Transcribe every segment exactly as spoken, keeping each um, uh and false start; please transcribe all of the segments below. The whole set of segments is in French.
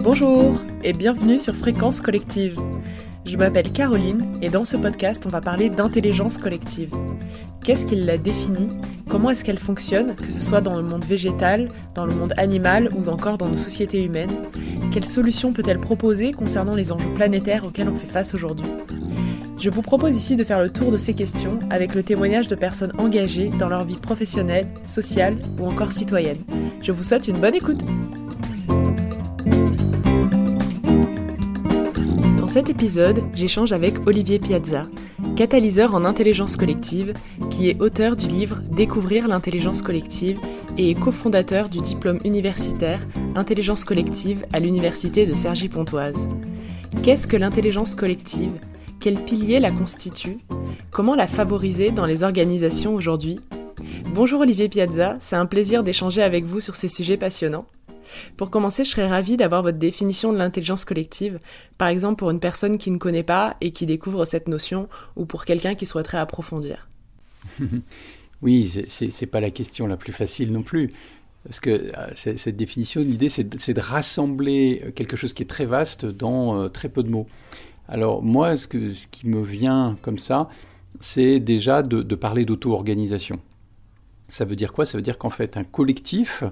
Bonjour et bienvenue sur Fréquence Collective. Je m'appelle Caroline et dans ce podcast, on va parler d'intelligence collective. Qu'est-ce qui la définit ? Comment est-ce qu'elle fonctionne, que ce soit dans le monde végétal, dans le monde animal ou encore dans nos sociétés humaines ? Quelles solutions peut-elle proposer concernant les enjeux planétaires auxquels on fait face aujourd'hui ? Je vous propose ici de faire le tour de ces questions avec le témoignage de personnes engagées dans leur vie professionnelle, sociale ou encore citoyenne. Je vous souhaite une bonne écoute. Dans cet épisode, j'échange avec Olivier Piazza, catalyseur en intelligence collective, qui est auteur du livre « Découvrir l'intelligence collective » et est cofondateur du diplôme universitaire « Intelligence collective » à l'université de Cergy-Pontoise. Qu'est-ce que l'intelligence collective ? Quels piliers la constituent ? Comment la favoriser dans les organisations aujourd'hui ? Bonjour Olivier Piazza, c'est un plaisir d'échanger avec vous sur ces sujets passionnants. Pour commencer, je serais ravie d'avoir votre définition de l'intelligence collective, par exemple pour une personne qui ne connaît pas et qui découvre cette notion, ou pour quelqu'un qui souhaiterait approfondir. Oui, c'est, c'est, c'est pas la question la plus facile non plus, parce que euh, c'est, cette définition, l'idée c'est de, c'est de rassembler quelque chose qui est très vaste dans euh, très peu de mots. Alors moi, ce, que, ce qui me vient comme ça, c'est déjà de, de parler d'auto-organisation. Ça veut dire quoi ? Ça veut dire qu'en fait, un collectif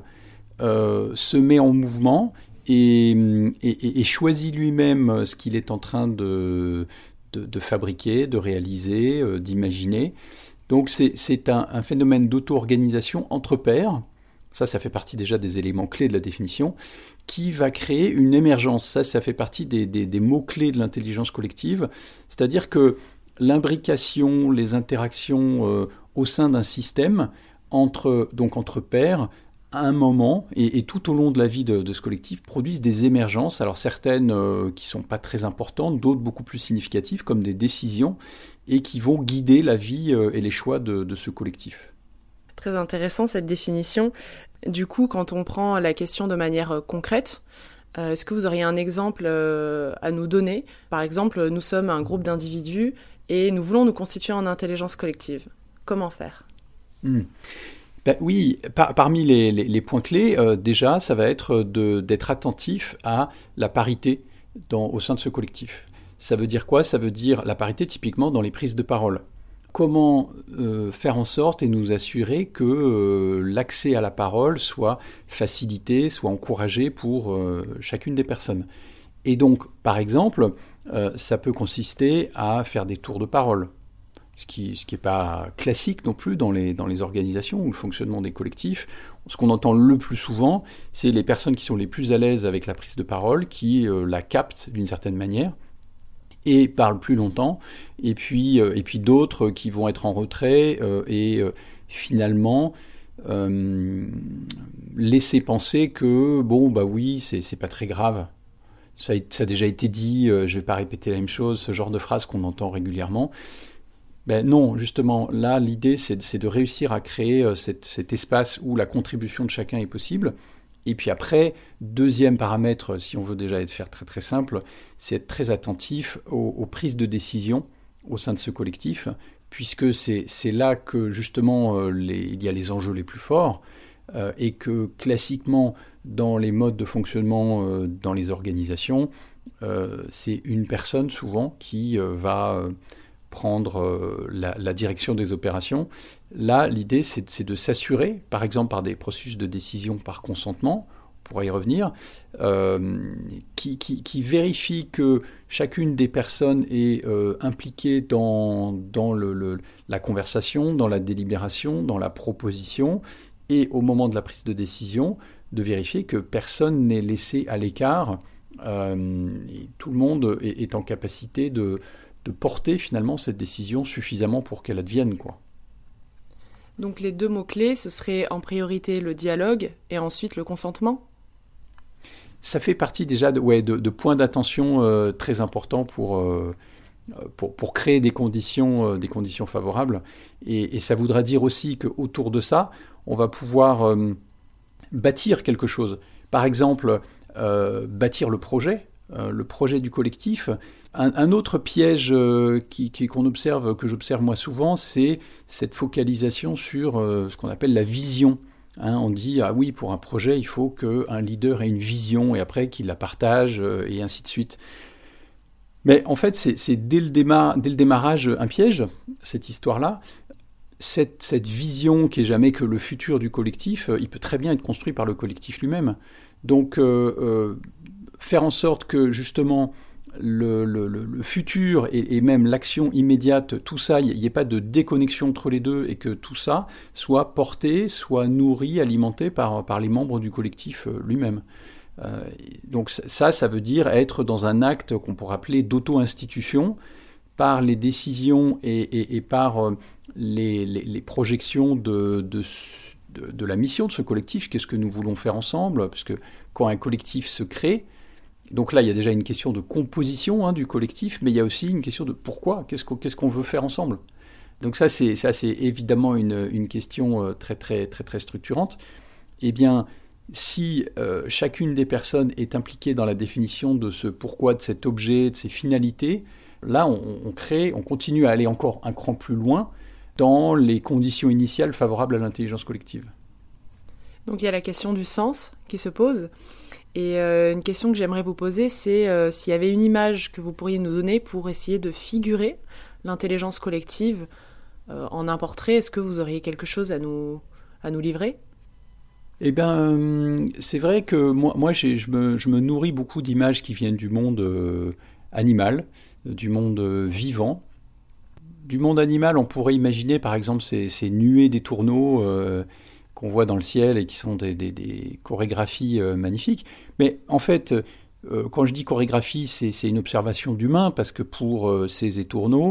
euh, se met en mouvement et, et, et choisit lui-même ce qu'il est en train de, de, de fabriquer, de réaliser, euh, d'imaginer. Donc c'est, c'est un, un phénomène d'auto-organisation entre pairs. Ça, ça fait partie déjà des éléments clés de la définition, qui va créer une émergence. Ça, ça fait partie des, des, des mots-clés de l'intelligence collective. C'est-à-dire que l'imbrication, les interactions euh, au sein d'un système, entre, donc entre pairs, à un moment, et, et tout au long de la vie de, de ce collectif, produisent des émergences. Alors certaines euh, qui ne sont pas très importantes, d'autres beaucoup plus significatives, comme des décisions, et qui vont guider la vie euh, et les choix de, de ce collectif. Très intéressant cette définition. Du coup, quand on prend la question de manière euh, concrète, euh, est-ce que vous auriez un exemple euh, à nous donner ? Par exemple, nous sommes un groupe d'individus et nous voulons nous constituer en intelligence collective. Comment faire ? mmh. ben Oui, par, parmi les, les, les points clés, euh, déjà, ça va être de, d'être attentif à la parité dans, au sein de ce collectif. Ça veut dire quoi ? Ça veut dire la parité typiquement dans les prises de parole. Comment euh, faire en sorte et nous assurer que euh, l'accès à la parole soit facilité, soit encouragé pour euh, chacune des personnes. Et donc, par exemple, euh, ça peut consister à faire des tours de parole, ce qui ce qui n'est pas classique non plus dans les, dans les organisations ou le fonctionnement des collectifs. Ce qu'on entend le plus souvent, c'est les personnes qui sont les plus à l'aise avec la prise de parole, qui euh, la captent d'une certaine manière, et parlent plus longtemps, et puis, euh, et puis d'autres qui vont être en retrait euh, et euh, finalement euh, laisser penser que, bon, bah oui, c'est, c'est pas très grave. Ça a, ça a déjà été dit, euh, je vais pas répéter la même chose, ce genre de phrase qu'on entend régulièrement. Ben non, justement, là, l'idée, c'est, c'est de réussir à créer euh, cette, cet espace où la contribution de chacun est possible. Et puis après, deuxième paramètre, si on veut déjà être faire très très simple, c'est être très attentif aux, aux prises de décision au sein de ce collectif, puisque c'est, c'est là que justement euh, les, il y a les enjeux les plus forts, euh, et que classiquement, dans les modes de fonctionnement euh, dans les organisations, euh, c'est une personne souvent qui euh, va euh, prendre euh, la, la direction des opérations. Là, l'idée, c'est, c'est de s'assurer, par exemple par des processus de décision par consentement, on pourra y revenir, euh, qui, qui, qui vérifie que chacune des personnes est euh, impliquée dans, dans le, le, la conversation, dans la délibération, dans la proposition, et au moment de la prise de décision, de vérifier que personne n'est laissé à l'écart, euh, et tout le monde est, est en capacité de de porter finalement cette décision suffisamment pour qu'elle advienne, quoi. Donc les deux mots-clés, ce serait en priorité le dialogue et ensuite le consentement ? Ça fait partie déjà de, ouais, de, de points d'attention euh, très importants pour, euh, pour, pour créer des conditions, euh, des conditions favorables. Et, et ça voudra dire aussi qu'autour de ça, on va pouvoir euh, bâtir quelque chose. Par exemple, euh, bâtir le projet, euh, le projet du collectif. Un, un autre piège euh, qui, qui, qu'on observe, que j'observe moi souvent, c'est cette focalisation sur euh, ce qu'on appelle la vision. Hein, on dit, ah oui, pour un projet, il faut qu'un leader ait une vision et après qu'il la partage euh, et ainsi de suite. Mais en fait, c'est, c'est dès, le déma- dès le démarrage un piège, cette histoire-là. Cette, cette vision qui est jamais que le futur du collectif, euh, il peut très bien être construit par le collectif lui-même. Donc, euh, euh, faire en sorte que justement le, le, le futur et, et même l'action immédiate, tout ça, il n'y ait pas de déconnexion entre les deux et que tout ça soit porté, soit nourri, alimenté par, par les membres du collectif lui-même. Euh, donc ça, ça veut dire être dans un acte qu'on pourrait appeler d'auto-institution par les décisions et, et, et par les, les, les projections de, de, de, de la mission de ce collectif, qu'est-ce que nous voulons faire ensemble, parce que quand un collectif se crée, donc là, il y a déjà une question de composition hein, du collectif, mais il y a aussi une question de pourquoi, qu'est-ce qu'on, qu'est-ce qu'on veut faire ensemble. Donc ça, c'est, ça, c'est évidemment une, une question très, très, très, très structurante. Eh bien, si euh, chacune des personnes est impliquée dans la définition de ce pourquoi, de cet objet, de ses finalités, là, on, on crée, on continue à aller encore un cran plus loin dans les conditions initiales favorables à l'intelligence collective. Donc il y a la question du sens qui se pose. Et euh, une question que j'aimerais vous poser, c'est euh, s'il y avait une image que vous pourriez nous donner pour essayer de figurer l'intelligence collective euh, en un portrait, est-ce que vous auriez quelque chose à nous, à nous livrer ? Eh bien, c'est vrai que moi, moi j'ai, je, me, je me nourris beaucoup d'images qui viennent du monde euh, animal, du monde euh, vivant. Du monde animal, on pourrait imaginer par exemple ces, ces nuées des tourneaux euh, qu'on voit dans le ciel et qui sont des, des, des chorégraphies euh, magnifiques. Mais en fait, euh, quand je dis chorégraphie, c'est, c'est une observation d'humain, parce que pour euh, ces étourneaux,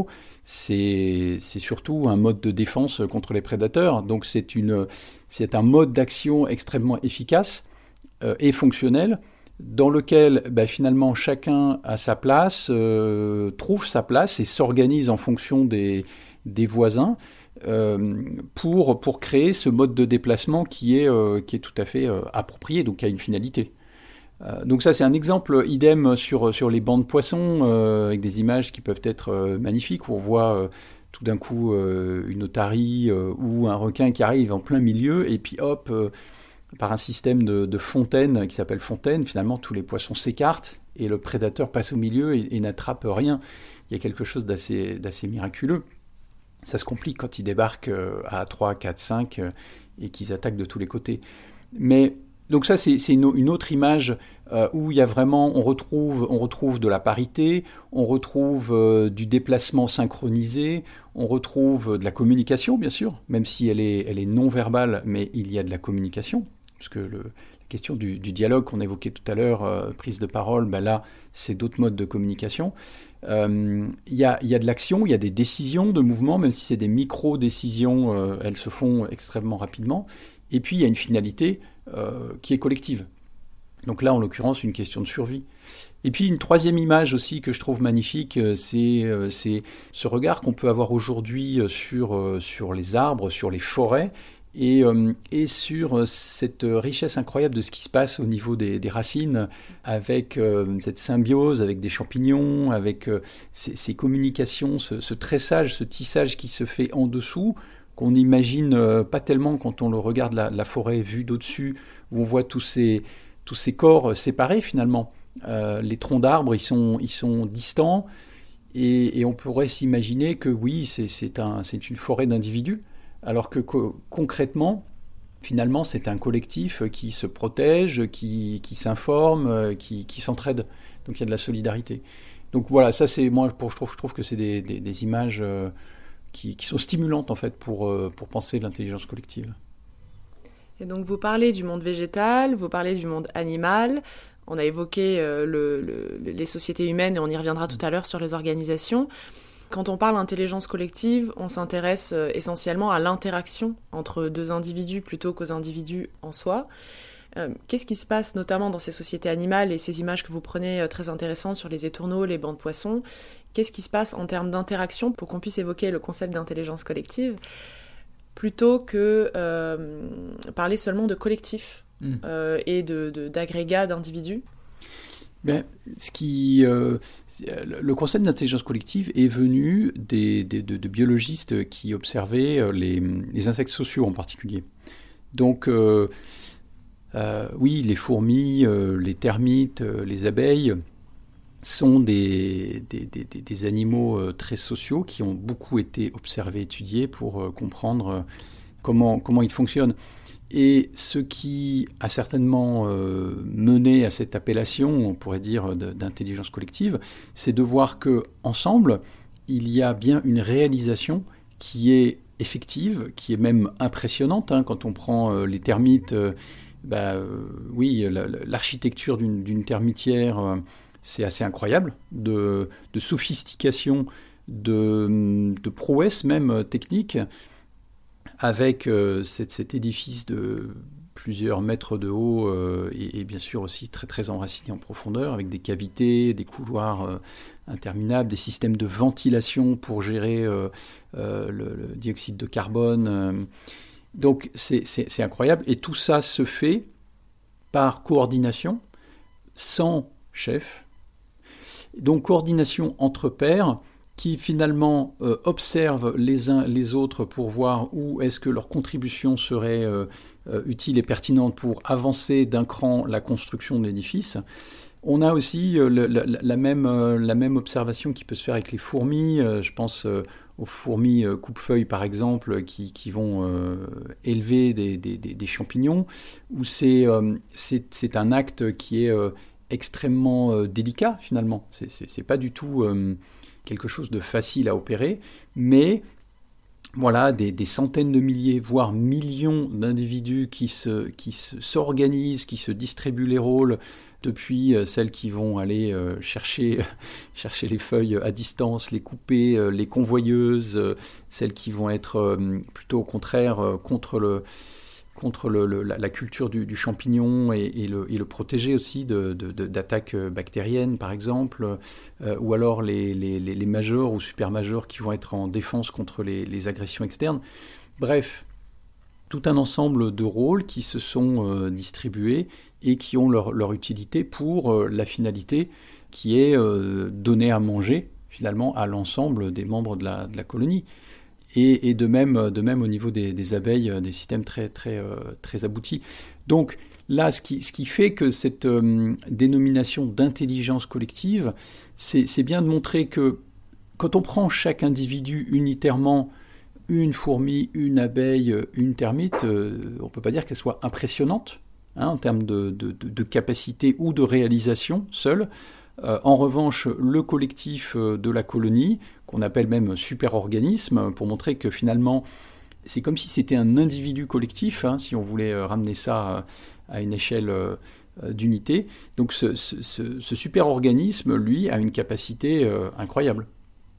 c'est, c'est surtout un mode de défense contre les prédateurs. Donc c'est, une, c'est un mode d'action extrêmement efficace euh, et fonctionnel, dans lequel bah, finalement chacun a sa place, euh, trouve sa place et s'organise en fonction des, des voisins. Euh, pour, pour créer ce mode de déplacement qui est, euh, qui est tout à fait euh, approprié, donc qui a une finalité. Euh, donc ça, c'est un exemple idem sur, sur les bancs de poissons, euh, avec des images qui peuvent être euh, magnifiques, où on voit euh, tout d'un coup euh, une otarie euh, ou un requin qui arrive en plein milieu, et puis hop, euh, par un système de, de fontaine qui s'appelle fontaine, finalement tous les poissons s'écartent, et le prédateur passe au milieu et, et n'attrape rien. Il y a quelque chose d'assez, d'assez miraculeux. Ça se complique quand ils débarquent à trois, quatre, cinq et qu'ils attaquent de tous les côtés. Mais donc ça, c'est, c'est une, une autre image euh, où il y a vraiment, on retrouve, on retrouve de la parité, on retrouve euh, du déplacement synchronisé, on retrouve de la communication, bien sûr, même si elle est, elle est non verbale, mais il y a de la communication, parce que le, la question du, du dialogue qu'on évoquait tout à l'heure, euh, prise de parole, ben là, c'est d'autres modes de communication. Il euh, y, a, y a de l'action, il y a des décisions de mouvement, même si c'est des micro-décisions, euh, elles se font extrêmement rapidement. Et puis il y a une finalité euh, qui est collective. Donc là, en l'occurrence, une question de survie. Et puis une troisième image aussi que je trouve magnifique, c'est, euh, c'est ce regard qu'on peut avoir aujourd'hui sur, euh, sur les arbres, sur les forêts, Et, euh, et sur cette richesse incroyable de ce qui se passe au niveau des, des racines, avec euh, cette symbiose avec des champignons, avec euh, ces, ces communications, ce, ce tressage, ce tissage qui se fait en dessous, qu'on n'imagine euh, pas tellement quand on le regarde la, la forêt vue d'au-dessus, où on voit tous ces, tous ces corps séparés finalement. Euh, les troncs d'arbres, ils sont, ils sont distants, et, et on pourrait s'imaginer que oui, c'est, c'est, un, c'est une forêt d'individus, alors que co- concrètement, finalement, c'est un collectif qui se protège, qui, qui s'informe, qui, qui s'entraide. Donc il y a de la solidarité. Donc voilà, ça c'est moi, pour, je, trouve, je trouve que c'est des, des, des images euh, qui, qui sont stimulantes en fait pour, euh, pour penser l'intelligence collective. Et donc vous parlez du monde végétal, vous parlez du monde animal. On a évoqué euh, le, le, les sociétés humaines et on y reviendra tout à l'heure sur les organisations. Quand on parle d'intelligence collective, on s'intéresse essentiellement à l'interaction entre deux individus plutôt qu'aux individus en soi. Euh, qu'est-ce qui se passe notamment dans ces sociétés animales et ces images que vous prenez euh, très intéressantes sur les étourneaux, les bancs de poissons? Qu'est-ce qui se passe en termes d'interaction pour qu'on puisse évoquer le concept d'intelligence collective plutôt que euh, parler seulement de collectif mmh. euh, et de, de, d'agrégats d'individus? Ben, ce qui, euh, le concept d'intelligence collective est venu des, des, de, de biologistes qui observaient les, les insectes sociaux en particulier. Donc, euh, euh, oui, les fourmis, euh, les termites, euh, les abeilles sont des, des, des, des animaux euh, très sociaux qui ont beaucoup été observés, étudiés pour euh, comprendre euh, comment, comment ils fonctionnent. Et ce qui a certainement euh, mené à cette appellation, on pourrait dire, de, d'intelligence collective, c'est de voir qu'ensemble, il y a bien une réalisation qui est effective, qui est même impressionnante. Hein, quand on prend euh, les termites, euh, bah, euh, oui, la, l'architecture d'une, d'une termitière, euh, c'est assez incroyable, de, de sophistication, de, de prouesse même technique, avec euh, cet, cet édifice de plusieurs mètres de haut euh, et, et bien sûr aussi très très enraciné en profondeur, avec des cavités, des couloirs euh, interminables, des systèmes de ventilation pour gérer euh, euh, le, le dioxyde de carbone. Euh. Donc c'est, c'est, c'est incroyable, et tout ça se fait par coordination, sans chef. Donc coordination entre pairs, qui finalement euh, observent les uns les autres pour voir où est-ce que leur contribution serait euh, euh, utile et pertinente pour avancer d'un cran la construction de l'édifice. On a aussi euh, le, la, la, même, euh, la même observation qui peut se faire avec les fourmis. Euh, je pense euh, aux fourmis euh, coupe-feuilles, par exemple, qui, qui vont euh, élever des, des, des, des champignons, où c'est, euh, c'est, c'est un acte qui est euh, extrêmement euh, délicat, finalement. C'est, c'est, c'est pas du tout... Euh, quelque chose de facile à opérer, mais voilà, des, des centaines de milliers, voire millions d'individus qui, se, qui se, s'organisent, qui se distribuent les rôles, depuis celles qui vont aller euh, chercher, chercher les feuilles à distance, les couper, euh, les convoyeuses, euh, celles qui vont être euh, plutôt au contraire euh, contre le... contre le, le, la, la culture du, du champignon et, et, le, et le protéger aussi de, de, de, d'attaques bactériennes, par exemple, euh, ou alors les, les, les, les majors ou super-majors qui vont être en défense contre les, les agressions externes. Bref, tout un ensemble de rôles qui se sont euh, distribués et qui ont leur, leur utilité pour euh, la finalité qui est euh, donner à manger, finalement, à l'ensemble des membres de la, de la colonie. Et, et de, même, de même au niveau des, des abeilles, des systèmes très, très, euh, très aboutis. Donc là, ce qui, ce qui fait que cette euh, dénomination d'intelligence collective, c'est, c'est bien de montrer que quand on prend chaque individu unitairement, une fourmi, une abeille, une termite, euh, on ne peut pas dire qu'elle soit impressionnante hein, en termes de, de, de, de capacité ou de réalisation seule. Euh, en revanche, le collectif de la colonie, qu'on appelle même super-organisme, pour montrer que finalement, c'est comme si c'était un individu collectif, hein, si on voulait ramener ça à une échelle euh, d'unité. Donc ce, ce, ce, ce super-organisme, lui, a une capacité euh, incroyable.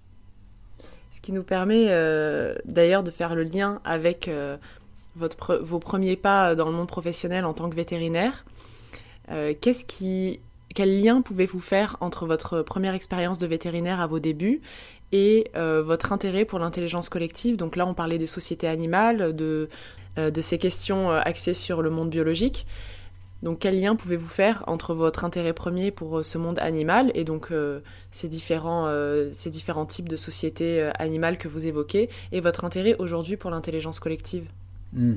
Ce qui nous permet euh, d'ailleurs de faire le lien avec euh, votre, vos premiers pas dans le monde professionnel en tant que vétérinaire. Euh, qu'est-ce qui... Quel lien pouvez-vous faire entre votre première expérience de vétérinaire à vos débuts et euh, votre intérêt pour l'intelligence collective ? Donc là, on parlait des sociétés animales, de, euh, de ces questions euh, axées sur le monde biologique. Donc quel lien pouvez-vous faire entre votre intérêt premier pour euh, ce monde animal et donc euh, ces, différents, euh, ces différents types de sociétés euh, animales que vous évoquez et votre intérêt aujourd'hui pour l'intelligence collective ? mmh.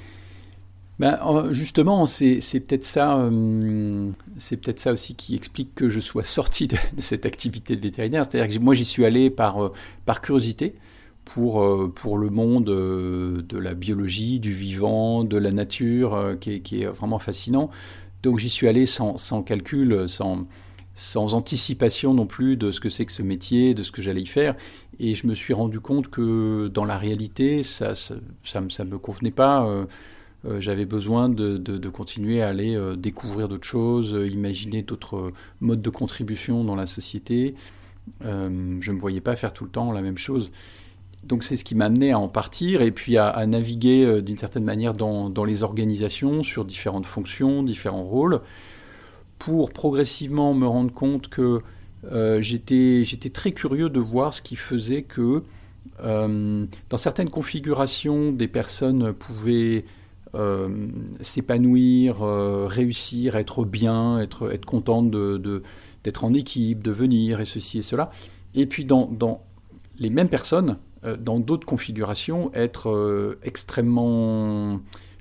Ben, justement, c'est, c'est, peut-être ça, euh, c'est peut-être ça aussi qui explique que je sois sorti de, de cette activité de vétérinaire. C'est-à-dire que moi, j'y suis allé par, euh, par curiosité pour, euh, pour le monde euh, de la biologie, du vivant, de la nature, euh, qui, est, qui est vraiment fascinant. Donc j'y suis allé sans, sans calcul, sans, sans anticipation non plus de ce que c'est que ce métier, de ce que j'allais y faire. Et je me suis rendu compte que dans la réalité, ça ça, ça, ça me convenait pas. Euh, Euh, j'avais besoin de, de, de continuer à aller euh, découvrir d'autres choses, euh, imaginer d'autres euh, modes de contribution dans la société. Euh, je ne me voyais pas faire tout le temps la même chose. Donc c'est ce qui m'a amené à en partir et puis à, à naviguer euh, d'une certaine manière dans, dans les organisations, sur différentes fonctions, différents rôles, pour progressivement me rendre compte que euh, j'étais, j'étais très curieux de voir ce qui faisait que euh, dans certaines configurations, des personnes pouvaient Euh, s'épanouir, euh, réussir, être bien, être, être contente de, de, d'être en équipe, de venir, et ceci et cela. Et puis dans, dans les mêmes personnes, euh, dans d'autres configurations, être euh, extrêmement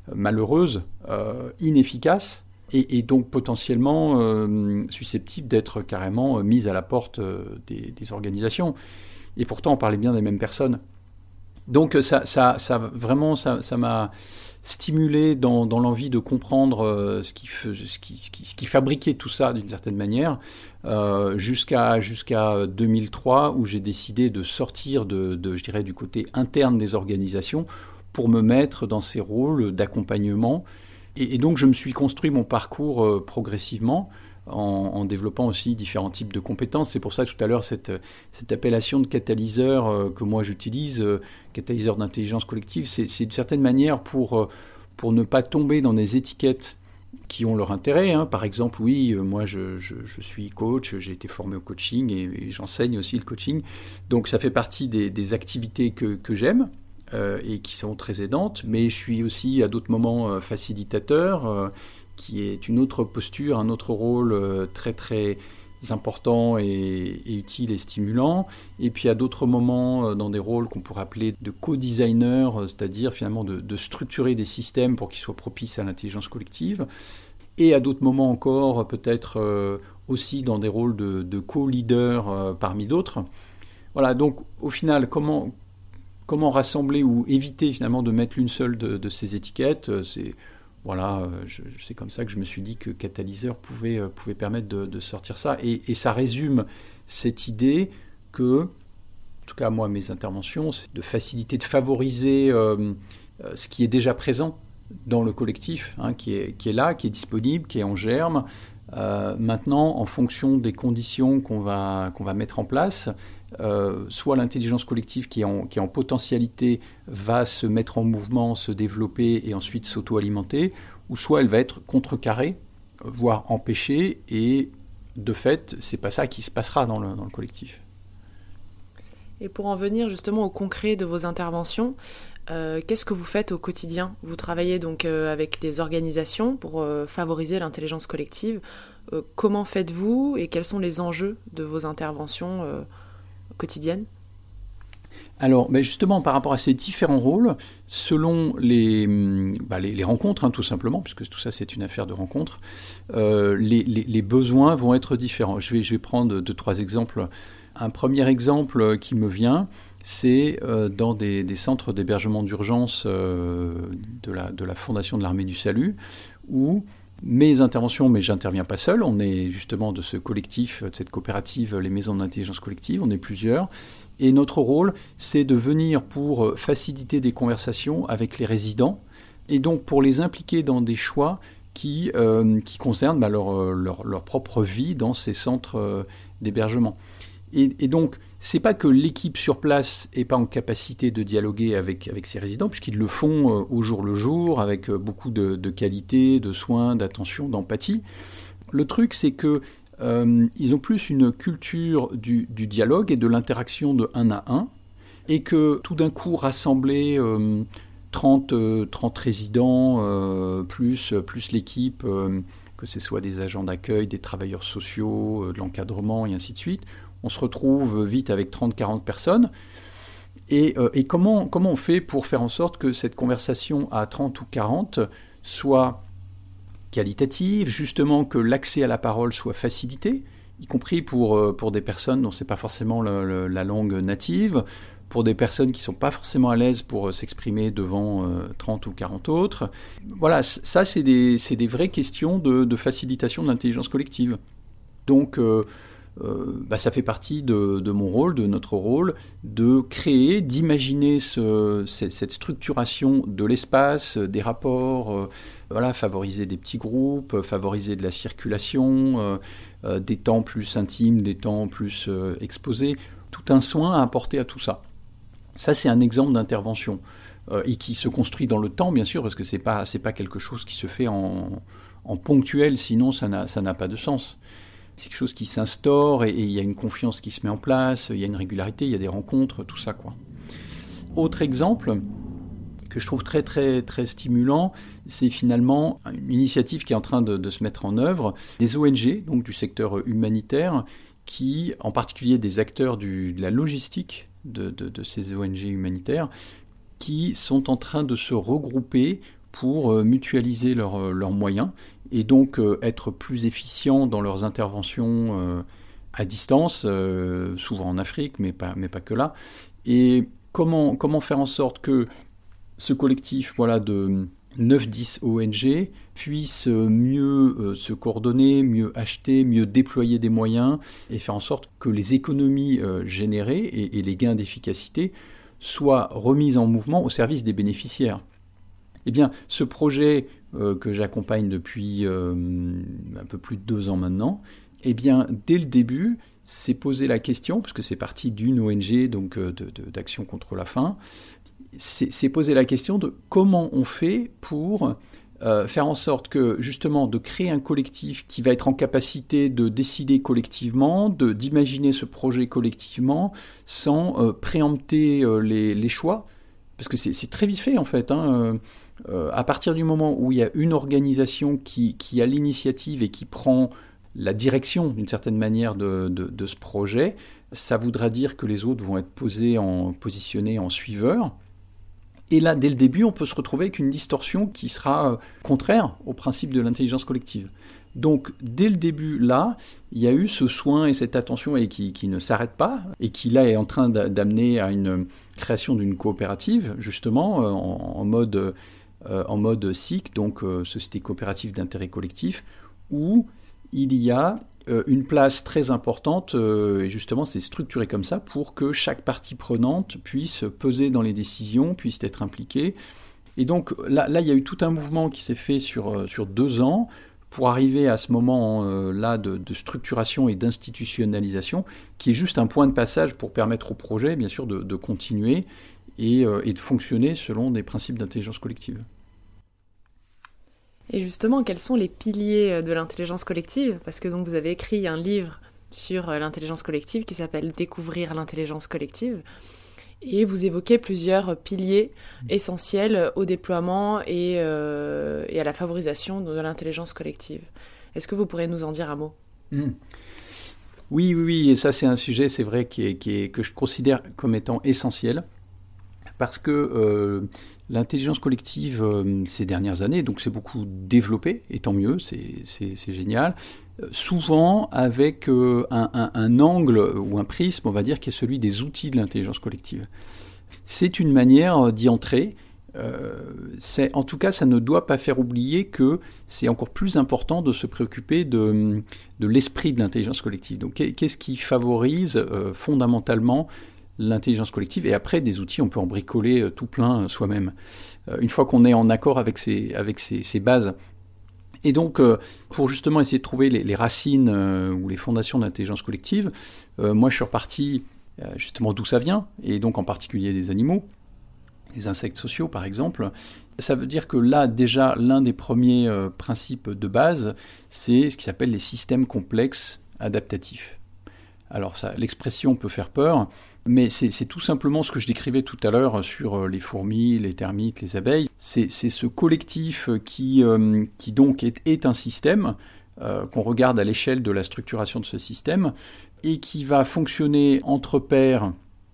malheureuses, euh, inefficaces, et, et donc potentiellement euh, susceptibles d'être carrément mises à la porte euh, des, des organisations. Et pourtant, on parlait bien des mêmes personnes. Donc ça, ça, ça vraiment, ça, ça m'a stimulé dans, dans l'envie de comprendre euh, ce, qui, ce, qui, ce, qui, ce qui fabriquait tout ça d'une certaine manière, euh, jusqu'à, jusqu'à deux mille trois, où j'ai décidé de sortir de, de, je dirais, du côté interne des organisations pour me mettre dans ces rôles d'accompagnement. Et, et donc je me suis construit mon parcours euh, progressivement, En, en développant aussi différents types de compétences. C'est pour ça que tout à l'heure, cette, cette appellation de catalyseur euh, que moi j'utilise, euh, catalyseur d'intelligence collective, c'est, c'est d'une certaine manière pour, euh, pour ne pas tomber dans des étiquettes qui ont leur intérêt. Hein. Par exemple, oui, euh, moi je, je, je suis coach, j'ai été formé au coaching et, et j'enseigne aussi le coaching. Donc ça fait partie des, des activités que, que j'aime euh, et qui sont très aidantes, mais je suis aussi à d'autres moments euh, facilitateur, euh, qui est une autre posture, un autre rôle euh, très très important et, et utile et stimulant. Et puis à d'autres moments, euh, dans des rôles qu'on pourrait appeler de co-designer, euh, c'est-à-dire finalement de, de structurer des systèmes pour qu'ils soient propices à l'intelligence collective. Et à d'autres moments encore, peut-être euh, aussi dans des rôles de, de co-leader euh, parmi d'autres. Voilà, donc au final, comment, comment rassembler ou éviter finalement de mettre l'une seule de, de ces étiquettes, c'est... Voilà, je, c'est comme ça que je me suis dit que catalyseur pouvait, pouvait permettre de, de sortir ça. Et, et ça résume cette idée que, en tout cas moi, mes interventions, c'est de faciliter, de favoriser euh, ce qui est déjà présent dans le collectif, hein, qui est, qui est là, qui est disponible, qui est en germe. Euh, maintenant, en fonction des conditions qu'on va, qu'on va mettre en place, Euh, soit l'intelligence collective qui est, en, qui est en potentialité va se mettre en mouvement, se développer et ensuite s'auto-alimenter, ou soit elle va être contrecarrée, voire empêchée, et de fait, c'est pas ça qui se passera dans le, dans le collectif. Et pour en venir justement au concret de vos interventions, euh, qu'est-ce que vous faites au quotidien ? Vous travaillez donc euh, avec des organisations pour euh, favoriser l'intelligence collective. Euh, comment faites-vous et quels sont les enjeux de vos interventions euh, quotidienne ? Alors, ben justement, par rapport à ces différents rôles, selon les, bah les, les rencontres, hein, tout simplement, puisque tout ça, c'est une affaire de rencontres, euh, les, les, les besoins vont être différents. Je vais, je vais prendre deux, trois exemples. Un premier exemple qui me vient, c'est euh, dans des, des centres d'hébergement d'urgence euh, de, la, de la Fondation de l'Armée du Salut, où mes interventions, mais j'interviens pas seul, on est justement de ce collectif, de cette coopérative, les maisons d'intelligence collective, on est plusieurs, et notre rôle, c'est de venir pour faciliter des conversations avec les résidents, et donc pour les impliquer dans des choix qui, euh, qui concernent bah, leur, leur, leur propre vie dans ces centres euh, d'hébergement. Et, et donc, c'est pas que l'équipe sur place n'est pas en capacité de dialoguer avec, avec ces résidents, puisqu'ils le font euh, au jour le jour, avec euh, beaucoup de, de qualité, de soins, d'attention, d'empathie. Le truc, c'est que euh, ils ont plus une culture du, du dialogue et de l'interaction de un à un, et que tout d'un coup, rassembler euh, trente, trente résidents, euh, plus, plus l'équipe, euh, que ce soit des agents d'accueil, des travailleurs sociaux, euh, de l'encadrement, et ainsi de suite, on se retrouve vite avec trente à quarante personnes. Et, euh, et comment, comment on fait pour faire en sorte que cette conversation à trente ou quarante soit qualitative, justement que l'accès à la parole soit facilité, y compris pour, euh, pour des personnes dont ce n'est pas forcément le, le, la langue native, pour des personnes qui ne sont pas forcément à l'aise pour s'exprimer devant euh, trente ou quarante autres. Voilà, ça, c'est des, c'est des vraies questions de, de facilitation de l'intelligence collective. Donc, euh, Euh, bah, ça fait partie de, de mon rôle, de notre rôle, de créer, d'imaginer ce, cette structuration de l'espace, des rapports, euh, voilà, favoriser des petits groupes, favoriser de la circulation, euh, euh, des temps plus intimes, des temps plus euh, exposés, tout un soin à apporter à tout ça. Ça, c'est un exemple d'intervention euh, et qui se construit dans le temps, bien sûr, parce que c'est pas, c'est pas quelque chose qui se fait en, en ponctuel, sinon ça n'a, ça n'a pas de sens. C'est quelque chose qui s'instaure et il y a une confiance qui se met en place, il y a une régularité, il y a des rencontres, tout ça, quoi. Autre exemple que je trouve très très très stimulant, c'est finalement une initiative qui est en train de, de se mettre en œuvre, des O N G, donc du secteur humanitaire, qui, en particulier des acteurs du, de la logistique de, de, de ces O N G humanitaires, qui sont en train de se regrouper pour euh, mutualiser leurs leurs moyens et donc euh, être plus efficients dans leurs interventions euh, à distance, euh, souvent en Afrique, mais pas, mais pas que là. Et comment, comment faire en sorte que ce collectif voilà, de neuf dix O N G puisse mieux euh, se coordonner, mieux acheter, mieux déployer des moyens et faire en sorte que les économies euh, générées et, et les gains d'efficacité soient remis en mouvement au service des bénéficiaires. Eh bien, ce projet euh, que j'accompagne depuis euh, un peu plus de deux ans maintenant, eh bien, dès le début, s'est posé la question, parce que c'est parti d'une O N G, donc de, de, d'Action contre la faim, s'est posé la question de comment on fait pour euh, faire en sorte que, justement, de créer un collectif qui va être en capacité de décider collectivement, de, d'imaginer ce projet collectivement, sans euh, préempter euh, les, les choix, parce que c'est, c'est très vite fait, en fait, hein, euh, à partir du moment où il y a une organisation qui, qui a l'initiative et qui prend la direction, d'une certaine manière, de, de, de ce projet, ça voudra dire que les autres vont être posés en, positionnés en suiveurs. Et là, dès le début, on peut se retrouver avec une distorsion qui sera contraire au principe de l'intelligence collective. Donc, dès le début, là, il y a eu ce soin et cette attention et qui, qui ne s'arrête pas, et qui, là, est en train d'amener à une création d'une coopérative, justement, en, en mode, euh, en mode S I C, donc euh, Société coopérative d'intérêt collectif, où il y a euh, une place très importante, euh, et justement c'est structuré comme ça, pour que chaque partie prenante puisse peser dans les décisions, puisse être impliquée. Et donc là, là il y a eu tout un mouvement qui s'est fait sur, euh, sur deux ans, pour arriver à ce moment-là euh, de, de structuration et d'institutionnalisation, qui est juste un point de passage pour permettre au projet, bien sûr, de, de continuer et, euh, et de fonctionner selon des principes d'intelligence collective. Et justement, quels sont les piliers de l'intelligence collective ? Parce que donc vous avez écrit un livre sur l'intelligence collective qui s'appelle « Découvrir l'intelligence collective ». Et vous évoquez plusieurs piliers essentiels au déploiement et, euh, et à la favorisation de l'intelligence collective. Est-ce que vous pourrez nous en dire un mot ? mmh. Oui, oui, oui, et ça c'est un sujet, c'est vrai, qui est, qui est, que je considère comme étant essentiel, parce que euh, l'intelligence collective, euh, ces dernières années, donc c'est beaucoup développé, et tant mieux, c'est, c'est, c'est génial, euh, souvent avec euh, un, un, un angle ou un prisme, on va dire, qui est celui des outils de l'intelligence collective. C'est une manière d'y entrer. Euh, c'est, en tout cas, ça ne doit pas faire oublier que c'est encore plus important de se préoccuper de, de l'esprit de l'intelligence collective. Donc, qu'est-ce qui favorise euh, fondamentalement l'intelligence collective, et après des outils, on peut en bricoler tout plein soi-même, euh, une fois qu'on est en accord avec ces, avec ces, ces bases. Et donc, euh, pour justement essayer de trouver les, les racines euh, ou les fondations de l'intelligence collective, euh, moi je suis reparti euh, justement d'où ça vient, et donc en particulier des animaux, les insectes sociaux par exemple. Ça veut dire que là, déjà, l'un des premiers euh, principes de base, c'est ce qui s'appelle les systèmes complexes adaptatifs. Alors ça, l'expression peut faire peur, mais c'est, c'est tout simplement ce que je décrivais tout à l'heure sur les fourmis, les termites, les abeilles. C'est, c'est ce collectif qui, euh, qui donc est, est un système, euh, qu'on regarde à l'échelle de la structuration de ce système, et qui va fonctionner entre pairs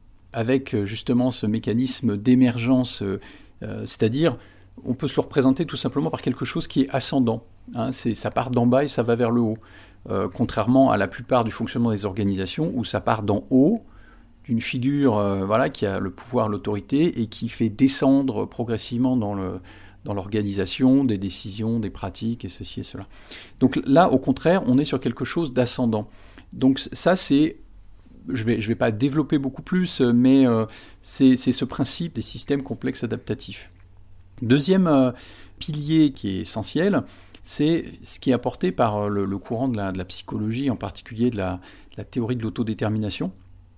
avec justement ce mécanisme d'émergence, euh, c'est-à-dire on peut se le représenter tout simplement par quelque chose qui est ascendant. Hein, c'est, ça part d'en bas et ça va vers le haut. Euh, contrairement à la plupart du fonctionnement des organisations où ça part d'en haut, d'une figure euh, voilà, qui a le pouvoir, l'autorité, et qui fait descendre progressivement dans, le, dans l'organisation des décisions, des pratiques, et ceci et cela. Donc là, au contraire, on est sur quelque chose d'ascendant. Donc ça, c'est, je ne vais, je vais pas développer beaucoup plus, mais euh, c'est, c'est ce principe des systèmes complexes adaptatifs. Deuxième euh, pilier qui est essentiel, c'est ce qui est apporté par le, le courant de la, de la psychologie, en particulier de la, la théorie de l'autodétermination.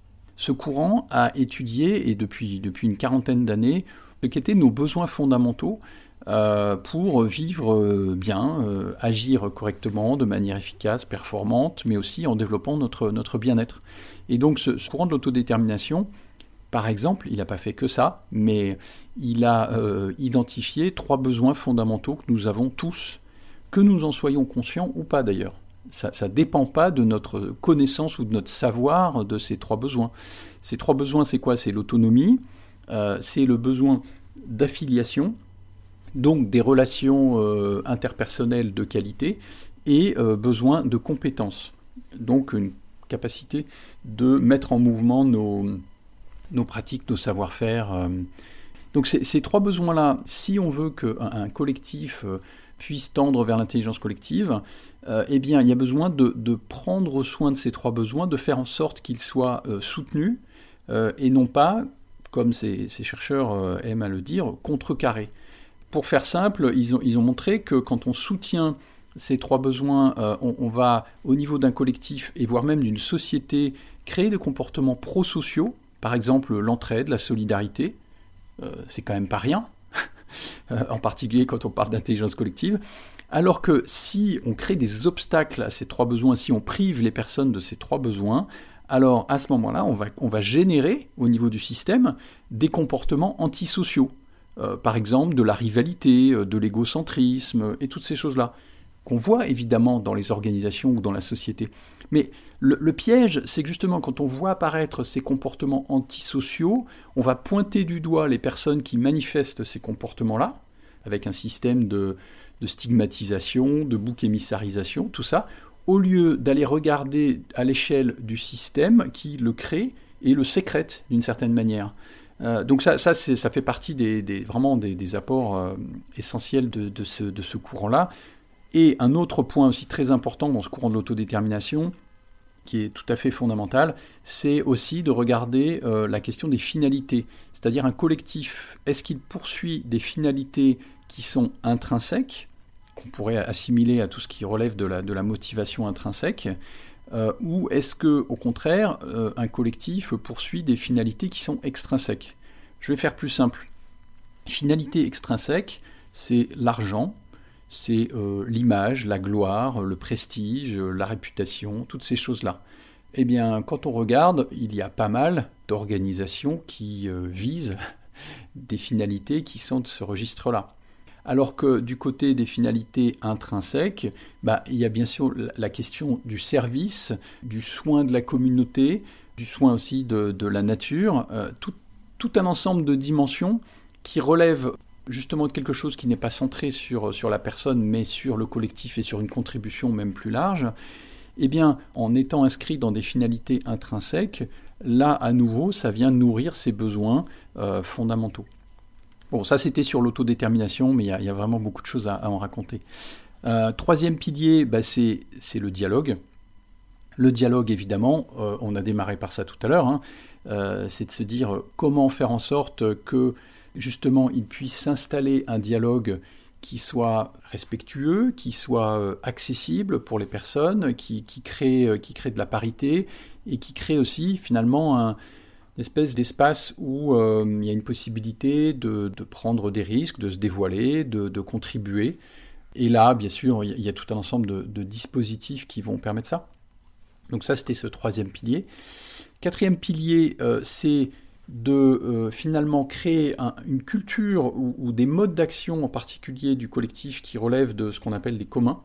Ce courant a étudié, et depuis, depuis une quarantaine d'années, ce qu'étaient nos besoins fondamentaux euh, pour vivre bien, euh, agir correctement, de manière efficace, performante, mais aussi en développant notre, notre bien-être. Et donc ce, ce courant de l'autodétermination, par exemple, il n'a pas fait que ça, mais il a euh, identifié trois besoins fondamentaux que nous avons tous, que nous en soyons conscients ou pas d'ailleurs. Ça ne dépend pas de notre connaissance ou de notre savoir de ces trois besoins. Ces trois besoins, c'est quoi ? C'est l'autonomie, euh, c'est le besoin d'affiliation, donc des relations euh, interpersonnelles de qualité et euh, besoin de compétences. Donc une capacité de mettre en mouvement nos, nos pratiques, nos savoir-faire. Euh. Donc c'est, ces trois besoins-là, si on veut qu'un un collectif euh, puisse tendre vers l'intelligence collective, euh, eh bien il y a besoin de, de prendre soin de ces trois besoins, de faire en sorte qu'ils soient euh, soutenus euh, et non pas, comme ces, ces chercheurs euh, aiment à le dire, contrecarrés. Pour faire simple, ils ont, ils ont montré que quand on soutient ces trois besoins, euh, on, on va, au niveau d'un collectif et voire même d'une société, créer des comportements prosociaux, par exemple l'entraide, la solidarité, euh, c'est quand même pas rien, en particulier quand on parle d'intelligence collective, alors que si on crée des obstacles à ces trois besoins, si on prive les personnes de ces trois besoins, alors à ce moment-là, on va, on va générer au niveau du système des comportements antisociaux, euh, par exemple de la rivalité, de l'égocentrisme et toutes ces choses-là, qu'on voit évidemment dans les organisations ou dans la société. Mais le, le piège, c'est que justement, quand on voit apparaître ces comportements antisociaux, on va pointer du doigt les personnes qui manifestent ces comportements-là, avec un système de, de stigmatisation, de bouc émissarisation, tout ça, au lieu d'aller regarder à l'échelle du système qui le crée et le sécrète d'une certaine manière. Euh, donc ça, ça, c'est, ça fait partie des, des, vraiment des, des apports euh, essentiels de, de, ce, de ce courant-là. Et un autre point aussi très important dans ce courant de l'autodétermination, qui est tout à fait fondamental, c'est aussi de regarder euh, la question des finalités. C'est-à-dire un collectif, est-ce qu'il poursuit des finalités qui sont intrinsèques, qu'on pourrait assimiler à tout ce qui relève de la, de la motivation intrinsèque, euh, ou est-ce que, au contraire, euh, un collectif poursuit des finalités qui sont extrinsèques ? Je vais faire plus simple. Finalité extrinsèque, c'est l'argent, c'est euh, l'image, la gloire, le prestige, la réputation, toutes ces choses-là. Eh bien, quand on regarde, il y a pas mal d'organisations qui euh, visent des finalités qui sont de ce registre-là. Alors que du côté des finalités intrinsèques, bah, il y a bien sûr la question du service, du soin de la communauté, du soin aussi de, de la nature, euh, tout, tout un ensemble de dimensions qui relèvent justement de quelque chose qui n'est pas centré sur, sur la personne, mais sur le collectif et sur une contribution même plus large, eh bien, en étant inscrit dans des finalités intrinsèques, là, à nouveau, ça vient nourrir ces besoins euh, fondamentaux. Bon, ça, c'était sur l'autodétermination, mais il y, y a vraiment beaucoup de choses à, à en raconter. Euh, troisième pilier, bah, c'est, c'est le dialogue. Le dialogue, évidemment, euh, on a démarré par ça tout à l'heure, hein, euh, c'est de se dire euh, comment faire en sorte que justement, il puisse s'installer un dialogue qui soit respectueux, qui soit accessible pour les personnes, qui, qui, crée, qui crée de la parité et qui crée aussi finalement un, une espèce d'espace où euh, il y a une possibilité de, de prendre des risques, de se dévoiler, de, de contribuer. Et là, bien sûr, il y a tout un ensemble de, de dispositifs qui vont permettre ça. Donc ça, c'était ce troisième pilier. Quatrième pilier, euh, c'est de euh, finalement créer un, une culture ou, ou des modes d'action en particulier du collectif qui relèvent de ce qu'on appelle les communs.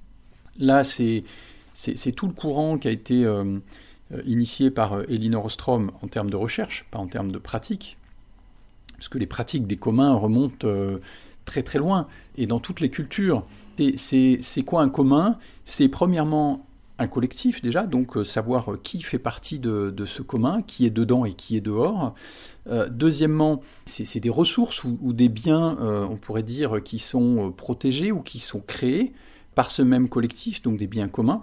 Là, c'est, c'est, c'est tout le courant qui a été euh, initié par euh, Elinor Ostrom en termes de recherche, pas en termes de pratique, parce que les pratiques des communs remontent euh, très très loin, et dans toutes les cultures. C'est, c'est, c'est quoi un commun ? C'est premièrement un collectif déjà, donc euh, savoir euh, qui fait partie de, de ce commun, qui est dedans et qui est dehors. Euh, deuxièmement, c'est, c'est des ressources ou, ou des biens, euh, on pourrait dire, qui sont euh, protégés ou qui sont créés par ce même collectif, donc des biens communs.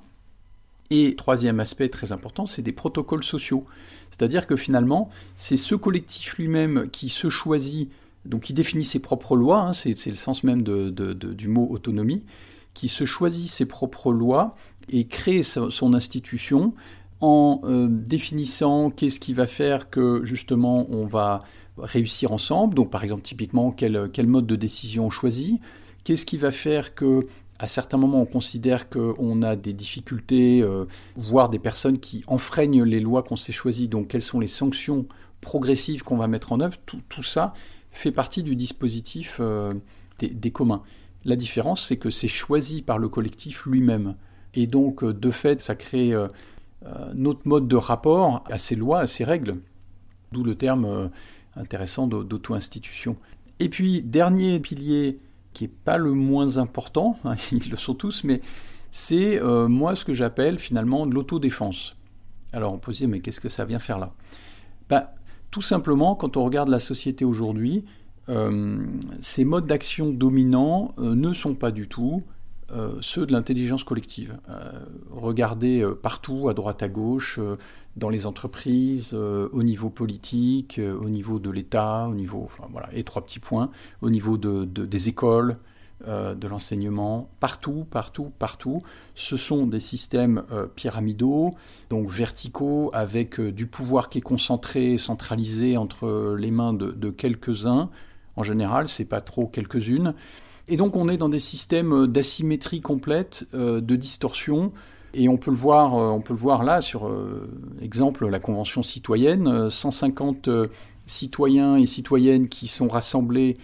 Et troisième aspect très important, c'est des protocoles sociaux. C'est-à-dire que finalement, c'est ce collectif lui-même qui se choisit, donc qui définit ses propres lois, hein, c'est, c'est le sens même de, de, de, du mot autonomie, qui se choisit ses propres lois et crée son institution en euh, définissant qu'est-ce qui va faire que justement on va réussir ensemble. Donc par exemple typiquement quel, quel mode de décision on choisit, qu'est-ce qui va faire que à certains moments on considère qu'on a des difficultés, euh, voire des personnes qui enfreignent les lois qu'on s'est choisies, donc quelles sont les sanctions progressives qu'on va mettre en œuvre. Tout, tout ça fait partie du dispositif euh, des, des communs. La différence, c'est que c'est choisi par le collectif lui-même. Et donc, de fait, ça crée euh, notre mode de rapport à ces lois, à ces règles. D'où le terme euh, intéressant d'auto-institution. Et puis, dernier pilier qui n'est pas le moins important, hein, ils le sont tous, mais c'est euh, moi ce que j'appelle finalement de l'autodéfense. Alors on peut se dire, mais qu'est-ce que ça vient faire là ? Ben, tout simplement, quand on regarde la société aujourd'hui, euh, ces modes d'action dominants euh, ne sont pas du tout euh, ceux de l'intelligence collective. Euh, regardez euh, partout, à droite, à gauche, euh, dans les entreprises, euh, au niveau politique, euh, au niveau de l'État, au niveau, enfin voilà, et trois petits points, au niveau de, de, des écoles, euh, de l'enseignement, partout, partout, partout. Ce sont des systèmes euh, pyramidaux, donc verticaux, avec euh, du pouvoir qui est concentré, centralisé entre les mains de, de quelques-uns. En général, c'est pas trop quelques-unes. Et donc on est dans des systèmes d'asymétrie complète, euh, de distorsion. Et on peut le voir, on peut le voir là, sur euh, exemple la Convention citoyenne, cent cinquante euh, citoyens et citoyennes qui sont rassemblés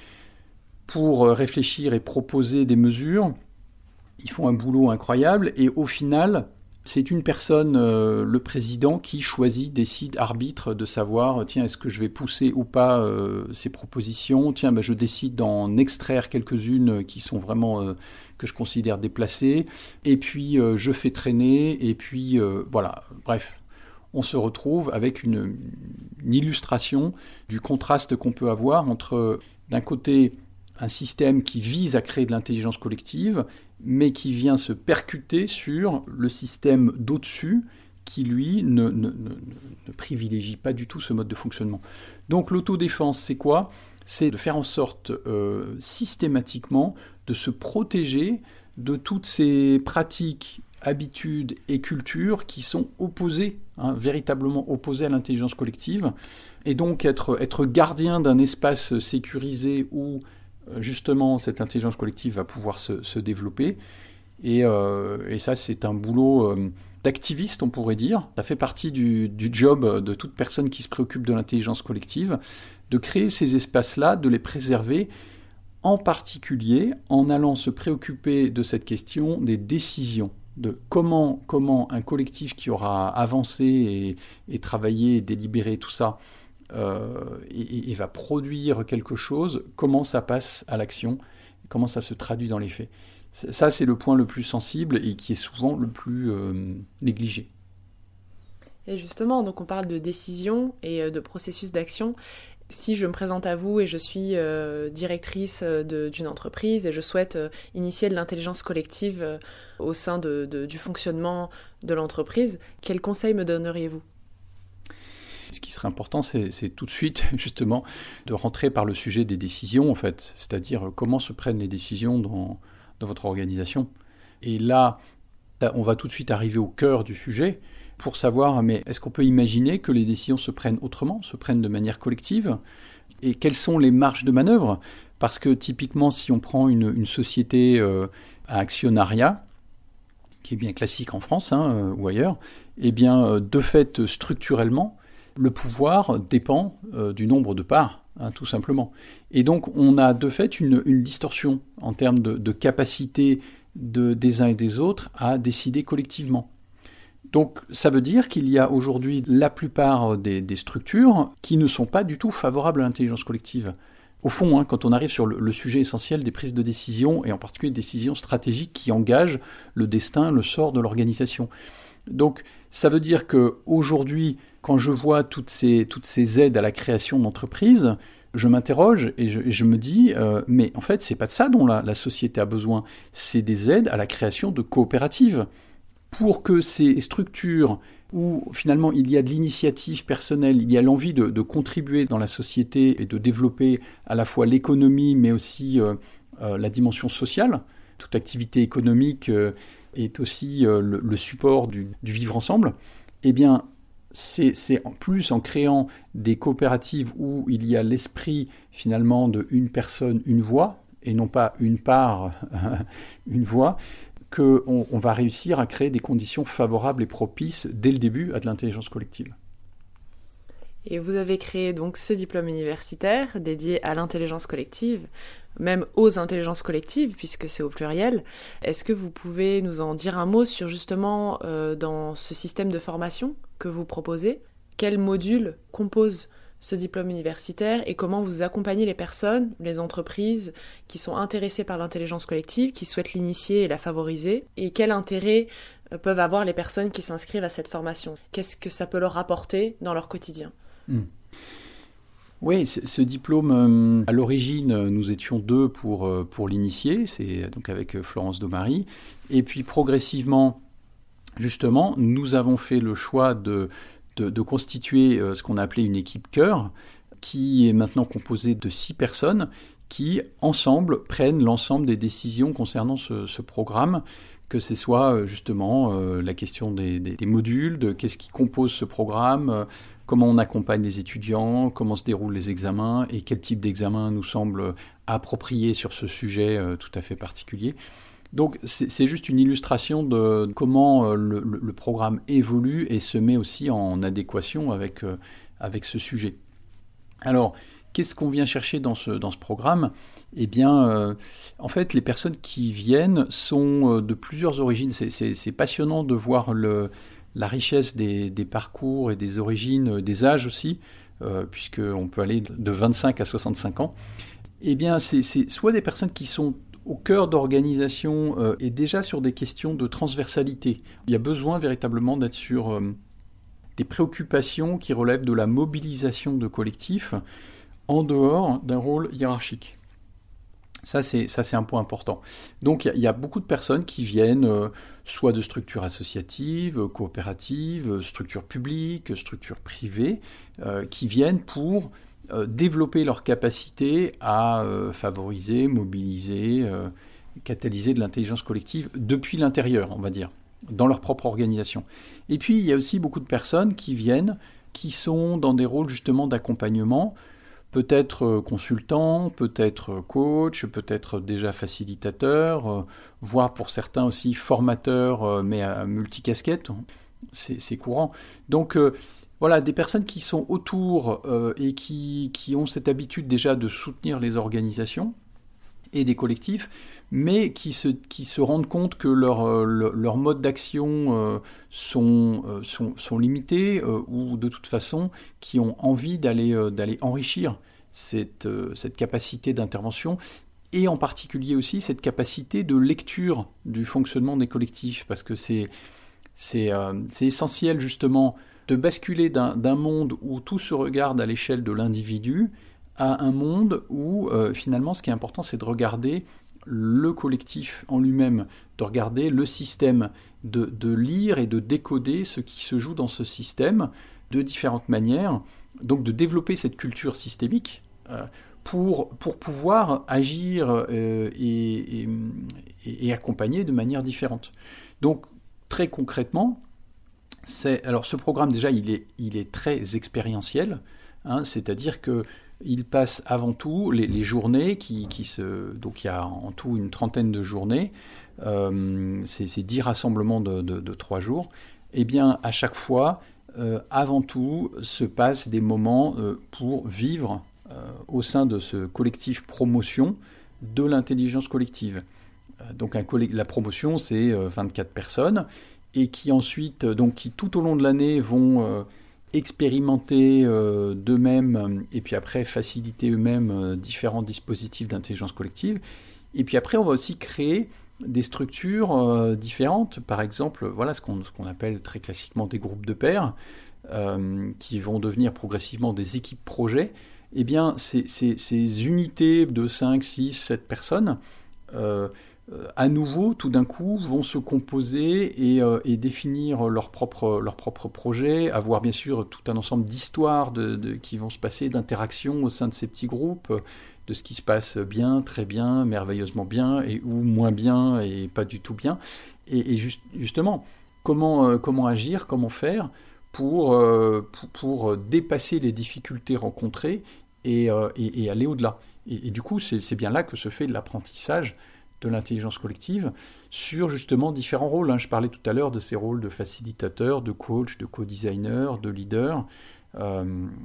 pour euh, réfléchir et proposer des mesures. Ils font un boulot incroyable et au final, c'est une personne, euh, le président, qui choisit, décide, arbitre de savoir, tiens, est-ce que je vais pousser ou pas euh, ces propositions ? Tiens, ben, je décide d'en extraire quelques-unes qui sont vraiment, euh, que je considère déplacées. Et puis, euh, je fais traîner. Et puis, euh, voilà, bref, on se retrouve avec une, une illustration du contraste qu'on peut avoir entre, d'un côté, un système qui vise à créer de l'intelligence collective, mais qui vient se percuter sur le système d'au-dessus qui, lui, ne, ne, ne, ne privilégie pas du tout ce mode de fonctionnement. Donc l'autodéfense, c'est quoi ? C'est de faire en sorte euh, systématiquement de se protéger de toutes ces pratiques, habitudes et cultures qui sont opposées, hein, véritablement opposées à l'intelligence collective. Et donc être, être gardien d'un espace sécurisé où justement, cette intelligence collective va pouvoir se, se développer. Et, euh, et ça, c'est un boulot euh, d'activiste, on pourrait dire. Ça fait partie du, du job de toute personne qui se préoccupe de l'intelligence collective, de créer ces espaces-là, de les préserver, en particulier en allant se préoccuper de cette question des décisions, de comment, comment un collectif qui aura avancé et, et travaillé, et délibéré, tout ça, Euh, et, et va produire quelque chose, comment ça passe à l'action, comment ça se traduit dans les faits. Ça, c'est le point le plus sensible et qui est souvent le plus euh, négligé. Et justement, donc on parle de décision et de processus d'action. Si je me présente à vous et je suis euh, directrice de, d'une entreprise et je souhaite euh, initier de l'intelligence collective euh, au sein de, de, du fonctionnement de l'entreprise, quels conseils me donneriez-vous ? Ce qui serait important, c'est, c'est tout de suite, justement, de rentrer par le sujet des décisions, en fait. C'est-à-dire comment se prennent les décisions dans, dans votre organisation. Et là, on va tout de suite arriver au cœur du sujet pour savoir, mais est-ce qu'on peut imaginer que les décisions se prennent autrement, se prennent de manière collective ? Et quelles sont les marges de manœuvre ? Parce que typiquement, si on prend une, une société euh, à actionnariat, qui est bien classique en France hein, euh, ou ailleurs, eh bien, de fait, structurellement, le pouvoir dépend euh, du nombre de parts, hein, tout simplement. Et donc, on a de fait une, une distorsion en termes de, de capacité de, des uns et des autres à décider collectivement. Donc, ça veut dire qu'il y a aujourd'hui la plupart des, des structures qui ne sont pas du tout favorables à l'intelligence collective. Au fond, hein, quand on arrive sur le, le sujet essentiel des prises de décision, et en particulier des décisions stratégiques qui engagent le destin, le sort de l'organisation. Donc, ça veut dire qu'aujourd'hui, quand je vois toutes ces, toutes ces aides à la création d'entreprises, je m'interroge et je, et je me dis, euh, mais en fait, c'est pas de ça dont la, la société a besoin. C'est des aides à la création de coopératives. Pour que ces structures où finalement il y a de l'initiative personnelle, il y a l'envie de, de contribuer dans la société et de développer à la fois l'économie, mais aussi euh, euh, la dimension sociale. Toute activité économique euh, est aussi euh, le, le support du, du vivre ensemble. Eh bien, c'est, c'est en plus en créant des coopératives où il y a l'esprit finalement de une personne, une voix, et non pas une part, une voix, qu'on on va réussir à créer des conditions favorables et propices dès le début à de l'intelligence collective. Et vous avez créé donc ce diplôme universitaire dédié à l'intelligence collective, même aux intelligences collectives, puisque c'est au pluriel. Est-ce que vous pouvez nous en dire un mot sur justement, euh, dans ce système de formation que vous proposez, quels modules composent ce diplôme universitaire et comment vous accompagnez les personnes, les entreprises qui sont intéressées par l'intelligence collective, qui souhaitent l'initier et la favoriser, et quel intérêt peuvent avoir les personnes qui s'inscrivent à cette formation. Qu'est-ce que ça peut leur apporter dans leur quotidien ? Mmh. Oui, ce diplôme, euh, à l'origine, nous étions deux pour, euh, pour l'initier, c'est donc avec Florence Domary, et puis progressivement, justement, nous avons fait le choix de, de, de constituer euh, ce qu'on a appelé une équipe cœur, qui est maintenant composée de six personnes, qui, ensemble, prennent l'ensemble des décisions concernant ce, ce programme, que ce soit justement euh, la question des, des, des modules, de qu'est-ce qui compose ce programme, euh, comment on accompagne les étudiants, comment se déroulent les examens et quel type d'examen nous semble approprié sur ce sujet euh, tout à fait particulier. Donc c'est, c'est juste une illustration de comment euh, le, le programme évolue et se met aussi en adéquation avec, euh, avec ce sujet. Alors, qu'est-ce qu'on vient chercher dans ce, dans ce programme ? Eh bien, euh, en fait, les personnes qui viennent sont euh, de plusieurs origines. C'est, c'est, c'est passionnant de voir le, la richesse des, des parcours et des origines, euh, des âges aussi, euh, puisqu'on peut aller de vingt-cinq à soixante-cinq ans. Eh bien, c'est, c'est soit des personnes qui sont au cœur d'organisation euh, et déjà sur des questions de transversalité. Il y a besoin véritablement d'être sur euh, des préoccupations qui relèvent de la mobilisation de collectifs en dehors d'un rôle hiérarchique. Ça c'est, ça, c'est un point important. Donc, il y, y a beaucoup de personnes qui viennent euh, soit de structures associatives, coopératives, structures publiques, structures privées, euh, qui viennent pour euh, développer leur capacité à euh, favoriser, mobiliser, euh, catalyser de l'intelligence collective depuis l'intérieur, on va dire, dans leur propre organisation. Et puis, il y a aussi beaucoup de personnes qui viennent, qui sont dans des rôles justement d'accompagnement, peut-être consultant, peut-être coach, peut-être déjà facilitateur, voire pour certains aussi formateur, mais à multicasquette, c'est, c'est courant. Donc euh, voilà, des personnes qui sont autour euh, et qui, qui ont cette habitude déjà de soutenir les organisations et des collectifs, mais qui se, qui se rendent compte que leurs leur, leur modes d'action euh, sont, euh, sont, sont limités euh, ou de toute façon qui ont envie d'aller, euh, d'aller enrichir cette, euh, cette capacité d'intervention et en particulier aussi cette capacité de lecture du fonctionnement des collectifs parce que c'est, c'est, euh, c'est essentiel justement de basculer d'un, d'un monde où tout se regarde à l'échelle de l'individu à un monde où euh, finalement ce qui est important c'est de regarder le collectif en lui-même, de regarder le système, de, de lire et de décoder ce qui se joue dans ce système de différentes manières, donc de développer cette culture systémique euh, pour, pour pouvoir agir euh, et, et, et accompagner de manière différente. Donc très concrètement, c'est, alors ce programme déjà il est, il est très expérientiel, hein, c'est-à-dire que il passe avant tout les, les journées qui, qui se... Donc il y a en tout une trentaine de journées, euh, c'est, c'est dix rassemblements de, de, de trois jours. Eh bien, à chaque fois, euh, avant tout, se passent des moments euh, pour vivre euh, au sein de ce collectif promotion de l'intelligence collective. Euh, donc un coll- la promotion, c'est euh, vingt-quatre personnes, et qui ensuite, donc qui tout au long de l'année vont... Euh, expérimenter euh, d'eux-mêmes et puis après faciliter eux-mêmes euh, différents dispositifs d'intelligence collective. Et puis après, on va aussi créer des structures euh, différentes. Par exemple, voilà ce qu'on, ce qu'on appelle très classiquement des groupes de pairs euh, qui vont devenir progressivement des équipes projets. Eh bien, ces, ces, ces unités de cinq, six, sept personnes euh, à nouveau, tout d'un coup, vont se composer et, euh, et définir leur propre, leur propre projet, avoir bien sûr tout un ensemble d'histoires de, de, qui vont se passer, d'interactions au sein de ces petits groupes, de ce qui se passe bien, très bien, merveilleusement bien, et ou moins bien, et pas du tout bien. Et, et just, justement, comment, euh, comment agir, comment faire pour, euh, pour, pour dépasser les difficultés rencontrées et, euh, et, et aller au-delà. Et, et du coup, c'est, c'est bien là que se fait de l'apprentissage de l'intelligence collective, sur justement différents rôles. Je parlais tout à l'heure de ces rôles de facilitateur, de coach, de co-designer, de leader, euh,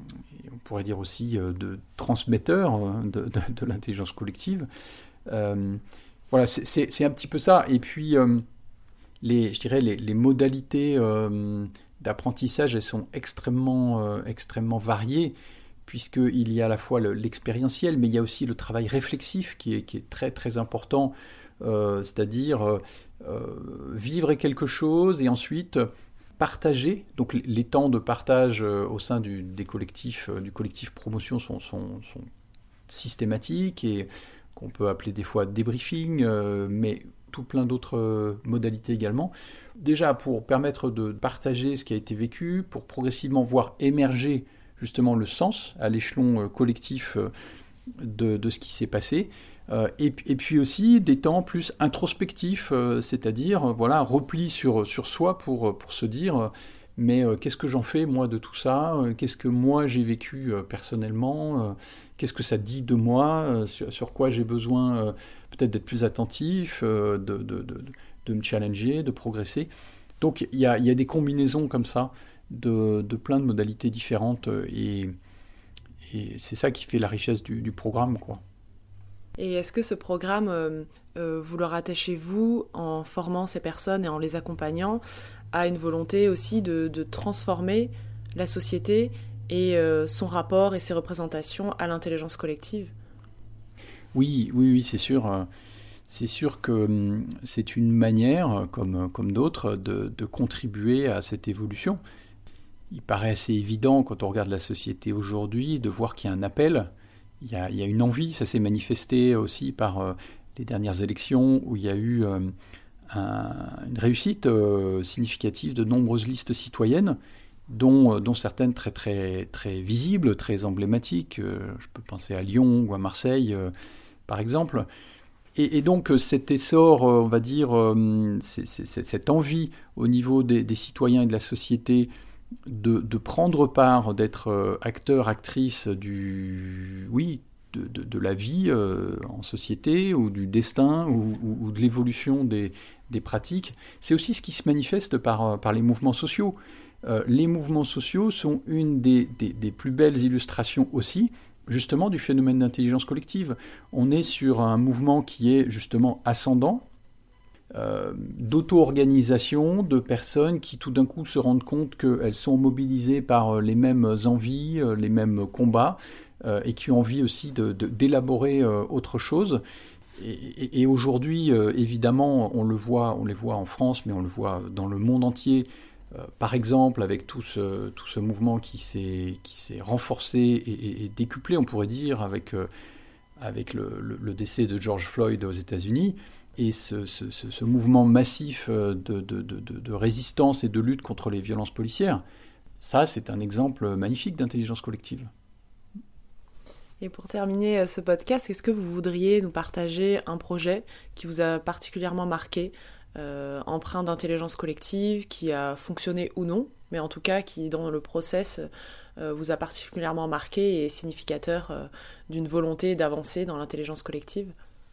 on pourrait dire aussi euh, de transmetteur de, de, de l'intelligence collective. Euh, voilà, c'est, c'est, c'est un petit peu ça. Et puis, euh, les, je dirais, les, les modalités euh, d'apprentissage, elles sont extrêmement, euh, extrêmement variées, puisqu'il y a à la fois le, l'expérientiel, mais il y a aussi le travail réflexif qui est, qui est très très important, euh, c'est-à-dire euh, vivre quelque chose et ensuite partager. Donc les temps de partage euh, au sein du, des collectifs, euh, du collectif promotion sont, sont, sont systématiques et qu'on peut appeler des fois débriefing, euh, mais tout plein d'autres euh, modalités également. Déjà pour permettre de partager ce qui a été vécu, pour progressivement voir émerger justement le sens à l'échelon euh, collectif euh, de, de ce qui s'est passé. Euh, et, et puis aussi des temps plus introspectifs, euh, c'est-à-dire euh, voilà, repli sur, sur soi pour, pour se dire euh, mais euh, qu'est-ce que j'en fais moi de tout ça, euh, qu'est-ce que moi j'ai vécu euh, personnellement, euh, qu'est-ce que ça dit de moi, euh, sur, sur quoi j'ai besoin euh, peut-être d'être plus attentif, euh, de, de, de, de me challenger, de progresser. Donc il y a, y a des combinaisons comme ça de, de plein de modalités différentes et, et c'est ça qui fait la richesse du, du programme, quoi. Et est-ce que ce programme, euh, euh, vous le rattachez, vous, en formant ces personnes et en les accompagnant, à une volonté aussi de, de transformer la société et euh, son rapport et ses représentations à l'intelligence collective ? Oui, oui, oui, c'est sûr. C'est sûr que c'est une manière, comme, comme d'autres, de, de contribuer à cette évolution. Il paraît assez évident, quand on regarde la société aujourd'hui, de voir qu'il y a un appel. Il y a, il y a une envie, ça s'est manifesté aussi par euh, les dernières élections où il y a eu euh, un, une réussite euh, significative de nombreuses listes citoyennes, dont, dont certaines très, très, très visibles, très emblématiques. Euh, je peux penser à Lyon ou à Marseille, euh, par exemple. Et, et donc cet essor, euh, on va dire, euh, c'est, c'est, c'est, cette envie au niveau des, des citoyens et de la société De, de prendre part, d'être euh, acteur, actrice du, oui, de, de, de la vie euh, en société ou du destin ou, ou, ou de l'évolution des, des pratiques, c'est aussi ce qui se manifeste par, par les mouvements sociaux. Euh, les mouvements sociaux sont une des, des, des plus belles illustrations aussi, justement, du phénomène d'intelligence collective. On est sur un mouvement qui est justement ascendant, Euh, d'auto-organisation, de personnes qui tout d'un coup se rendent compte qu'elles sont mobilisées par les mêmes envies, les mêmes combats, euh, et qui ont envie aussi de, de, d'élaborer euh, autre chose. Et, et, et aujourd'hui, euh, évidemment, on le voit, on les voit en France, mais on le voit dans le monde entier, euh, par exemple avec tout ce, tout ce mouvement qui s'est, qui s'est renforcé et, et, et décuplé, on pourrait dire, avec, euh, avec le, le, le décès de George Floyd aux États-Unis. Et ce, ce, ce mouvement massif de, de, de, de résistance et de lutte contre les violences policières, ça, c'est un exemple magnifique d'intelligence collective. Et pour terminer ce podcast, est-ce que vous voudriez nous partager un projet qui vous a particulièrement marqué, euh, empreint d'intelligence collective, qui a fonctionné ou non, mais en tout cas qui, dans le process, euh, vous a particulièrement marqué et est significateur euh, d'une volonté d'avancer dans l'intelligence collective ?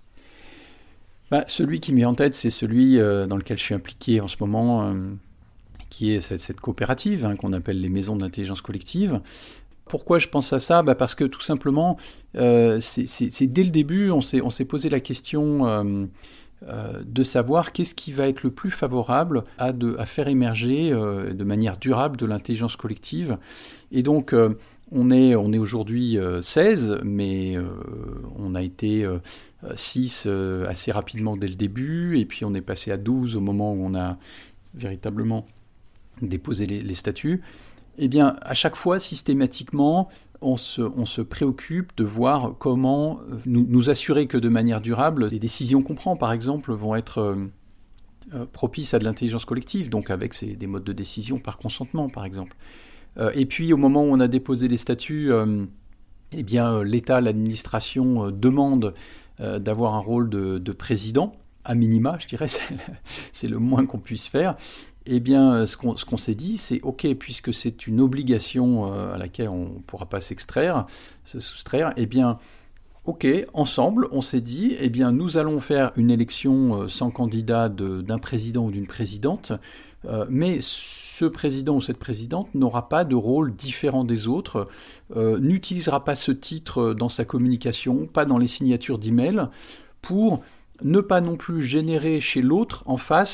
Bah, celui qui me vient en tête, c'est celui euh, dans lequel je suis impliqué en ce moment, euh, qui est cette, cette coopérative hein, qu'on appelle les maisons d'intelligence collective. Pourquoi je pense à ça ? Bah parce que tout simplement, euh, c'est, c'est, c'est dès le début, on s'est, on s'est posé la question euh, euh, de savoir qu'est-ce qui va être le plus favorable à, de, à faire émerger euh, de manière durable de l'intelligence collective. Et donc, euh, on est, on est aujourd'hui euh, seize, mais euh, on a été euh, six euh, assez rapidement dès le début, et puis on est passé à douze au moment où on a véritablement déposé les, les statuts. Eh bien, à chaque fois, systématiquement, on se, on se préoccupe de voir comment nous, nous assurer que de manière durable, les décisions qu'on prend, par exemple, vont être euh, propices à de l'intelligence collective, donc avec ces, des modes de décision par consentement, par exemple. Euh, et puis, au moment où on a déposé les statuts, euh, eh bien, l'État, l'administration euh, demande euh, d'avoir un rôle de, de président, à minima, je dirais, c'est, c'est le moins qu'on puisse faire. Eh bien, ce qu'on, ce qu'on s'est dit, c'est OK, puisque c'est une obligation euh, à laquelle on ne pourra pas s'extraire, se soustraire, eh bien, OK, ensemble, on s'est dit, eh bien, nous allons faire une élection euh, sans candidat de, d'un président ou d'une présidente, euh, mais ce président ou cette présidente n'aura pas de rôle différent des autres, euh, n'utilisera pas ce titre dans sa communication, pas dans les signatures d'email, pour ne pas non plus générer chez l'autre, en face,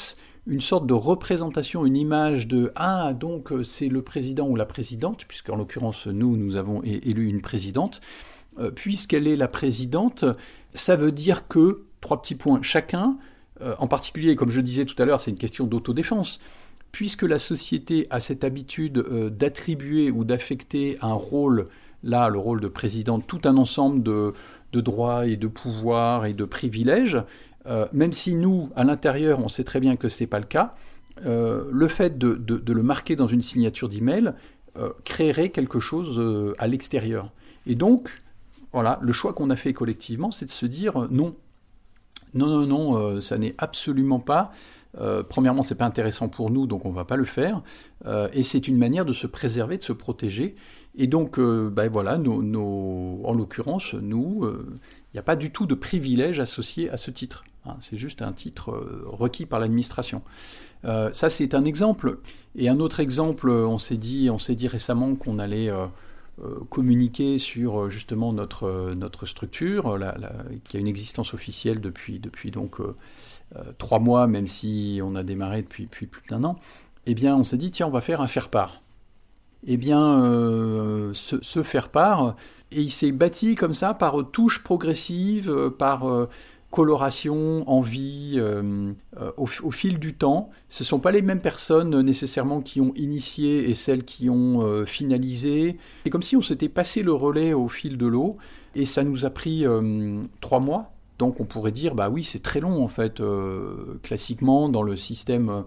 une sorte de représentation, une image de « Ah, donc c'est le président ou la présidente », puisqu'en l'occurrence, nous, nous avons élu une présidente. Euh, puisqu'elle est la présidente, ça veut dire que, trois petits points, chacun, euh, en particulier, comme je le disais tout à l'heure, c'est une question d'autodéfense, puisque la société a cette habitude euh, d'attribuer ou d'affecter un rôle, là, le rôle de présidente, tout un ensemble de, de droits et de pouvoirs et de privilèges, euh, même si nous, à l'intérieur, on sait très bien que ce n'est pas le cas, euh, le fait de, de, de le marquer dans une signature d'email euh, créerait quelque chose euh, à l'extérieur. Et donc, voilà, le choix qu'on a fait collectivement, c'est de se dire euh, non. Non, non, non, euh, ça n'est absolument pas. Euh, premièrement, c'est pas intéressant pour nous, donc on va pas le faire. Euh, et c'est une manière de se préserver, de se protéger. Et donc, euh, ben voilà, nos, nos, en l'occurrence, nous, il euh, n'y a pas du tout de privilège associé à ce titre. Hein, c'est juste un titre euh, requis par l'administration. Euh, ça, c'est un exemple. Et un autre exemple, on s'est dit, on s'est dit récemment qu'on allait euh, euh, communiquer sur justement notre, notre structure, la, la, qui a une existence officielle depuis, depuis donc euh, euh, trois mois, même si on a démarré depuis, depuis plus d'un an. Eh bien, on s'est dit, tiens, on va faire un faire-part. Eh bien, euh, ce, ce faire-part, et il s'est bâti comme ça par touches progressives, par euh, coloration, envie, euh, euh, au, au fil du temps. Ce ne sont pas les mêmes personnes nécessairement qui ont initié et celles qui ont euh, finalisé. C'est comme si on s'était passé le relais au fil de l'eau, et ça nous a pris euh, trois mois. Donc on pourrait dire, bah oui, c'est très long en fait, euh, classiquement dans le système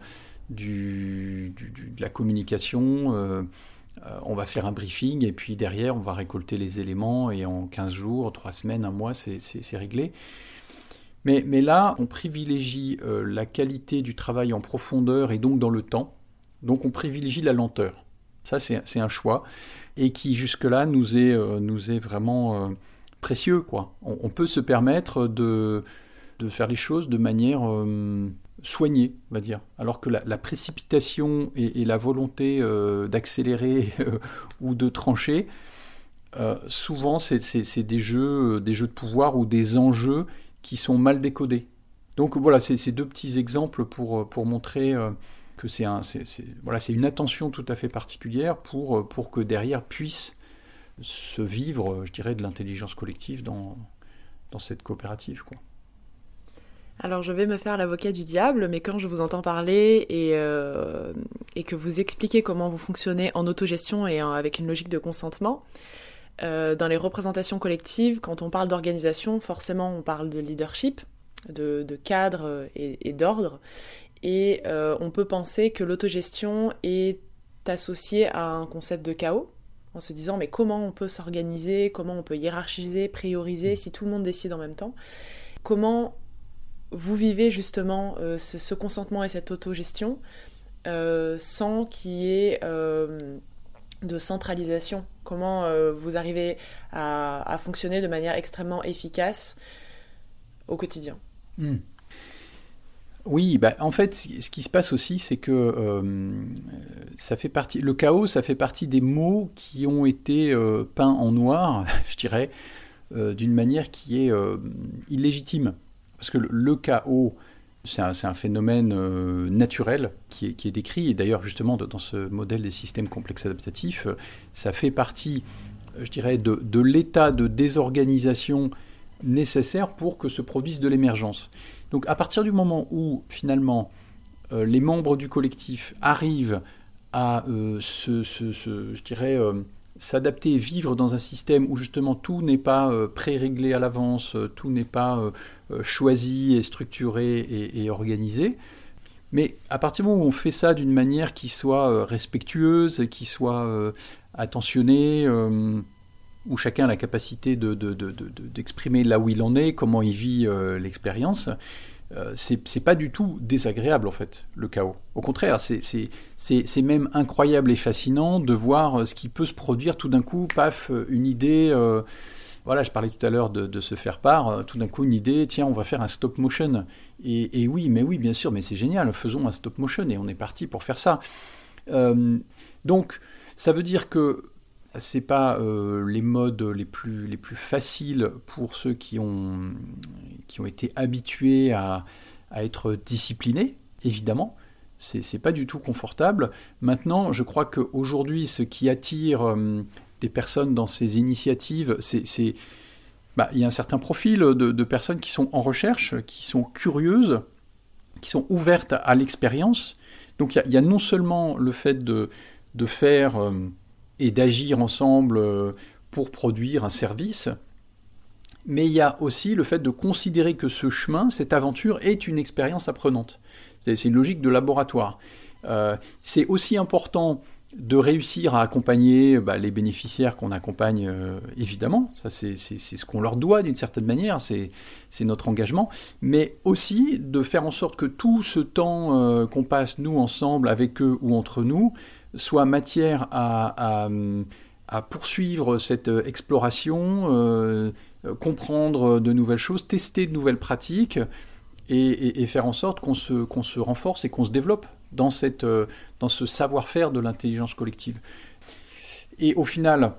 du, du, du, de la communication. Euh, Euh, on va faire un briefing et puis derrière on va récolter les éléments et en quinze jours, trois semaines, un mois, c'est, c'est, c'est réglé. Mais, mais là, on privilégie euh, la qualité du travail en profondeur et donc dans le temps. Donc on privilégie la lenteur. Ça, c'est, c'est un choix et qui jusque-là nous est, euh, nous est vraiment euh, précieux, quoi. On, on peut se permettre de, de faire les choses de manière... Euh, soigné, on va dire. Alors que la, la précipitation et, et la volonté euh, d'accélérer euh, ou de trancher, euh, souvent c'est, c'est, c'est des jeux, des jeux de pouvoir ou des enjeux qui sont mal décodés. Donc voilà, c'est ces deux petits exemples pour, pour montrer euh, que c'est, un, c'est, c'est, voilà, c'est une attention tout à fait particulière pour, pour que derrière puisse se vivre, je dirais, de l'intelligence collective dans, dans cette coopérative, quoi. Alors je vais me faire l'avocat du diable, mais quand je vous entends parler et, euh, et que vous expliquez comment vous fonctionnez en autogestion et en, avec une logique de consentement, euh, dans les représentations collectives, quand on parle d'organisation, forcément on parle de leadership, de, de cadre et, et d'ordre, et euh, on peut penser que l'autogestion est associée à un concept de chaos, en se disant mais comment on peut s'organiser, comment on peut hiérarchiser, prioriser si tout le monde décide en même temps, comment vous vivez justement euh, ce, ce consentement et cette autogestion euh, sans qu'il y ait euh, de centralisation. Comment euh, vous arrivez à, à fonctionner de manière extrêmement efficace au quotidien. Mmh. Oui, bah, en fait, ce qui se passe aussi, c'est que euh, ça fait partie, le chaos, ça fait partie des mots qui ont été euh, peints en noir, je dirais, euh, d'une manière qui est euh, illégitime. Parce que le, le chaos, c'est un, c'est un phénomène euh, naturel qui est, qui est décrit. Et d'ailleurs, justement, dans ce modèle des systèmes complexes adaptatifs, ça fait partie, je dirais, de, de l'état de désorganisation nécessaire pour que se produise de l'émergence. Donc, à partir du moment où, finalement, euh, les membres du collectif arrivent à euh, se, se, se, je dirais... Euh, s'adapter et vivre dans un système où justement tout n'est pas euh, pré-réglé à l'avance, euh, tout n'est pas euh, choisi et structuré et, et organisé. Mais à partir du moment où on fait ça d'une manière qui soit euh, respectueuse, qui soit euh, attentionnée, euh, où chacun a la capacité de, de, de, de, d'exprimer là où il en est, comment il vit euh, l'expérience, Euh, c'est, c'est pas du tout désagréable en fait, le chaos. Au contraire, c'est, c'est, c'est, c'est même incroyable et fascinant de voir ce qui peut se produire tout d'un coup, paf, une idée, euh, voilà, je parlais tout à l'heure de, de se faire part, euh, tout d'un coup une idée, tiens, on va faire un stop motion. Et, et oui, mais oui, bien sûr, mais c'est génial, faisons un stop motion et on est parti pour faire ça. Euh, donc, ça veut dire que c'est pas euh, les modes les plus, les plus faciles pour ceux qui ont, qui ont été habitués à, à être disciplinés, évidemment. C'est, c'est pas du tout confortable. Maintenant, je crois qu'aujourd'hui, ce qui attire euh, des personnes dans ces initiatives, c'est... c'est bah, il y a un certain profil de, de personnes qui sont en recherche, qui sont curieuses, qui sont ouvertes à, à l'expérience. Donc il y a, il y a non seulement le fait de, de faire euh, et d'agir ensemble euh, pour produire un service, mais il y a aussi le fait de considérer que ce chemin, cette aventure, est une expérience apprenante. C'est, c'est une logique de laboratoire. Euh, c'est aussi important de réussir à accompagner bah, les bénéficiaires qu'on accompagne, euh, évidemment. Ça, c'est, c'est, c'est ce qu'on leur doit d'une certaine manière, c'est, c'est notre engagement. Mais aussi de faire en sorte que tout ce temps euh, qu'on passe, nous, ensemble, avec eux ou entre nous, soit matière à, à, à poursuivre cette exploration, euh, comprendre de nouvelles choses, tester de nouvelles pratiques, et, et, et faire en sorte qu'on se, qu'on se renforce et qu'on se développe dans, cette, dans ce savoir-faire de l'intelligence collective. Et au final,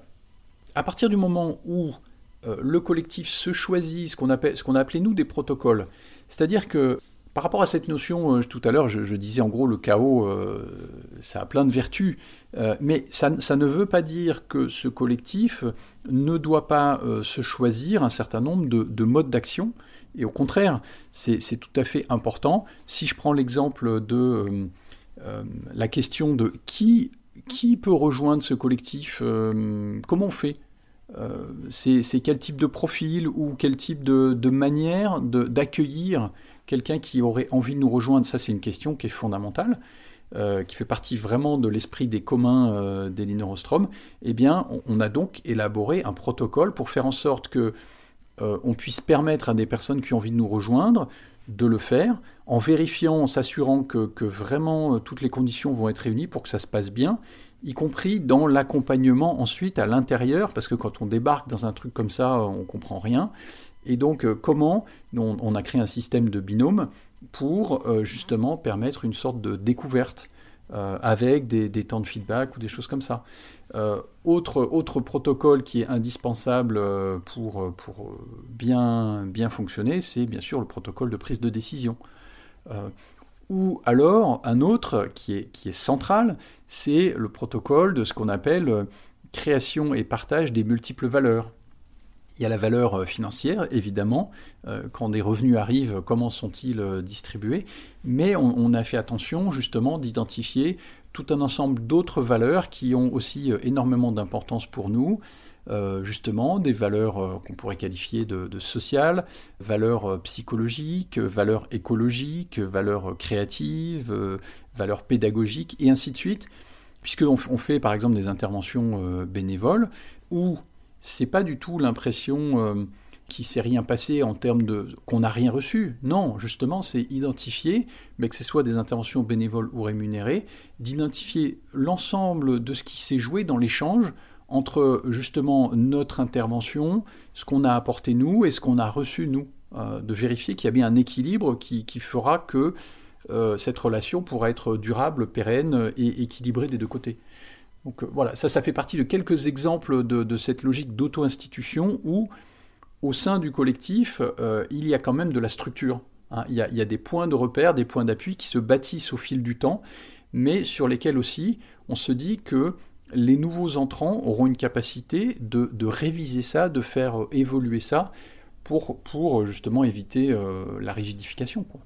à partir du moment où euh, le collectif se choisit, ce qu'on, appelle, ce qu'on a appelé nous des protocoles, c'est-à-dire que par rapport à cette notion, euh, tout à l'heure je, je disais en gros le chaos, euh, ça a plein de vertus, euh, mais ça, ça ne veut pas dire que ce collectif ne doit pas euh, se choisir un certain nombre de, de modes d'action. Et au contraire, c'est, c'est tout à fait important. Si je prends l'exemple de euh, euh, la question de qui, qui peut rejoindre ce collectif, euh, comment on fait euh, c'est, c'est quel type de profil ou quel type de, de manière de, d'accueillir quelqu'un qui aurait envie de nous rejoindre. Ça, c'est une question qui est fondamentale, euh, qui fait partie vraiment de l'esprit des communs euh, d'Elinor Ostrom. Eh bien, on, on a donc élaboré un protocole pour faire en sorte que Euh, on puisse permettre à des personnes qui ont envie de nous rejoindre de le faire, en vérifiant, en s'assurant que, que vraiment euh, toutes les conditions vont être réunies pour que ça se passe bien, y compris dans l'accompagnement ensuite à l'intérieur, parce que quand on débarque dans un truc comme ça, on ne comprend rien. Et donc euh, comment on, on a créé un système de binôme pour euh, justement permettre une sorte de découverte euh, avec des, des temps de feedback ou des choses comme ça. Euh, autre, autre protocole qui est indispensable euh, pour, pour bien, bien fonctionner, c'est bien sûr le protocole de prise de décision. Euh, ou alors, un autre qui est, qui est central, c'est le protocole de ce qu'on appelle euh, création et partage des multiples valeurs. Il y a la valeur financière, évidemment, euh, quand des revenus arrivent, comment sont-ils euh, distribués, mais on, on a fait attention justement d'identifier tout un ensemble d'autres valeurs qui ont aussi énormément d'importance pour nous, euh, justement des valeurs euh, qu'on pourrait qualifier de, de sociales, valeurs euh, psychologiques, valeurs écologiques, valeurs créatives, euh, valeurs pédagogiques, et ainsi de suite, puisqu'on on fait par exemple des interventions euh, bénévoles, où c'est pas du tout l'impression euh, qu'il s'est rien passé en termes de qu'on n'a rien reçu. Non, justement, c'est identifier, mais que ce soit des interventions bénévoles ou rémunérées, d'identifier l'ensemble de ce qui s'est joué dans l'échange entre justement notre intervention, ce qu'on a apporté nous et ce qu'on a reçu nous, euh, de vérifier qu'il y a bien un équilibre qui, qui fera que euh, cette relation pourra être durable, pérenne et équilibrée des deux côtés. Donc euh, voilà, ça, ça fait partie de quelques exemples de, de cette logique d'auto-institution où au sein du collectif, euh, il y a quand même de la structure. Hein. Il y a, il y a des points de repère, des points d'appui qui se bâtissent au fil du temps, mais sur lesquels aussi on se dit que les nouveaux entrants auront une capacité de, de réviser ça, de faire évoluer ça, pour, pour justement éviter euh, la rigidification, quoi.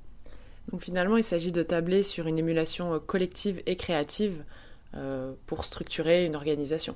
Donc finalement, il s'agit de tabler sur une émulation collective et créative euh, pour structurer une organisation.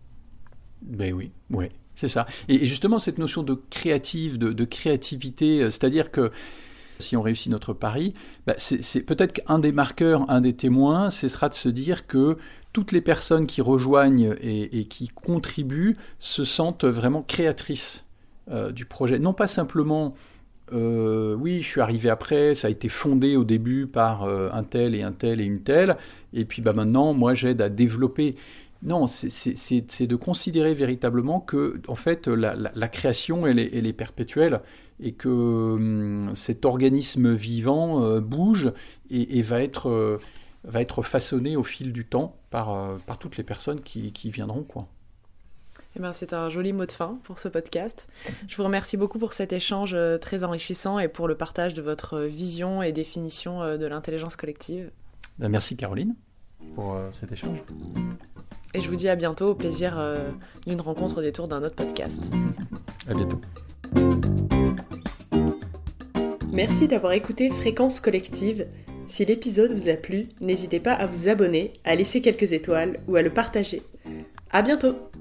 Ben oui, ouais. C'est ça. Et justement, cette notion de créative, de, de créativité, c'est-à-dire que si on réussit notre pari, bah c'est, c'est peut-être qu'un des marqueurs, un des témoins, ce sera de se dire que toutes les personnes qui rejoignent et, et qui contribuent se sentent vraiment créatrices euh, du projet. Non pas simplement, euh, oui, je suis arrivé après, ça a été fondé au début par euh, un tel et un tel et une telle, et puis bah, maintenant, moi, j'aide à développer. Non, c'est, c'est, c'est, c'est de considérer véritablement que, en fait, la, la, la création, elle est, elle est perpétuelle et que hum, cet organisme vivant euh, bouge et, et va, être, euh, va être façonné au fil du temps par, euh, par toutes les personnes qui, qui viendront, quoi. Eh ben, c'est un joli mot de fin pour ce podcast. Je vous remercie beaucoup pour cet échange très enrichissant et pour le partage de votre vision et définition de l'intelligence collective. Ben, merci Caroline pour euh, cet échange. Et je vous dis à bientôt, au plaisir euh, d'une rencontre au détour d'un autre podcast. À bientôt. Merci d'avoir écouté Fréquence Collective. Si l'épisode vous a plu, n'hésitez pas à vous abonner, à laisser quelques étoiles ou à le partager. À bientôt!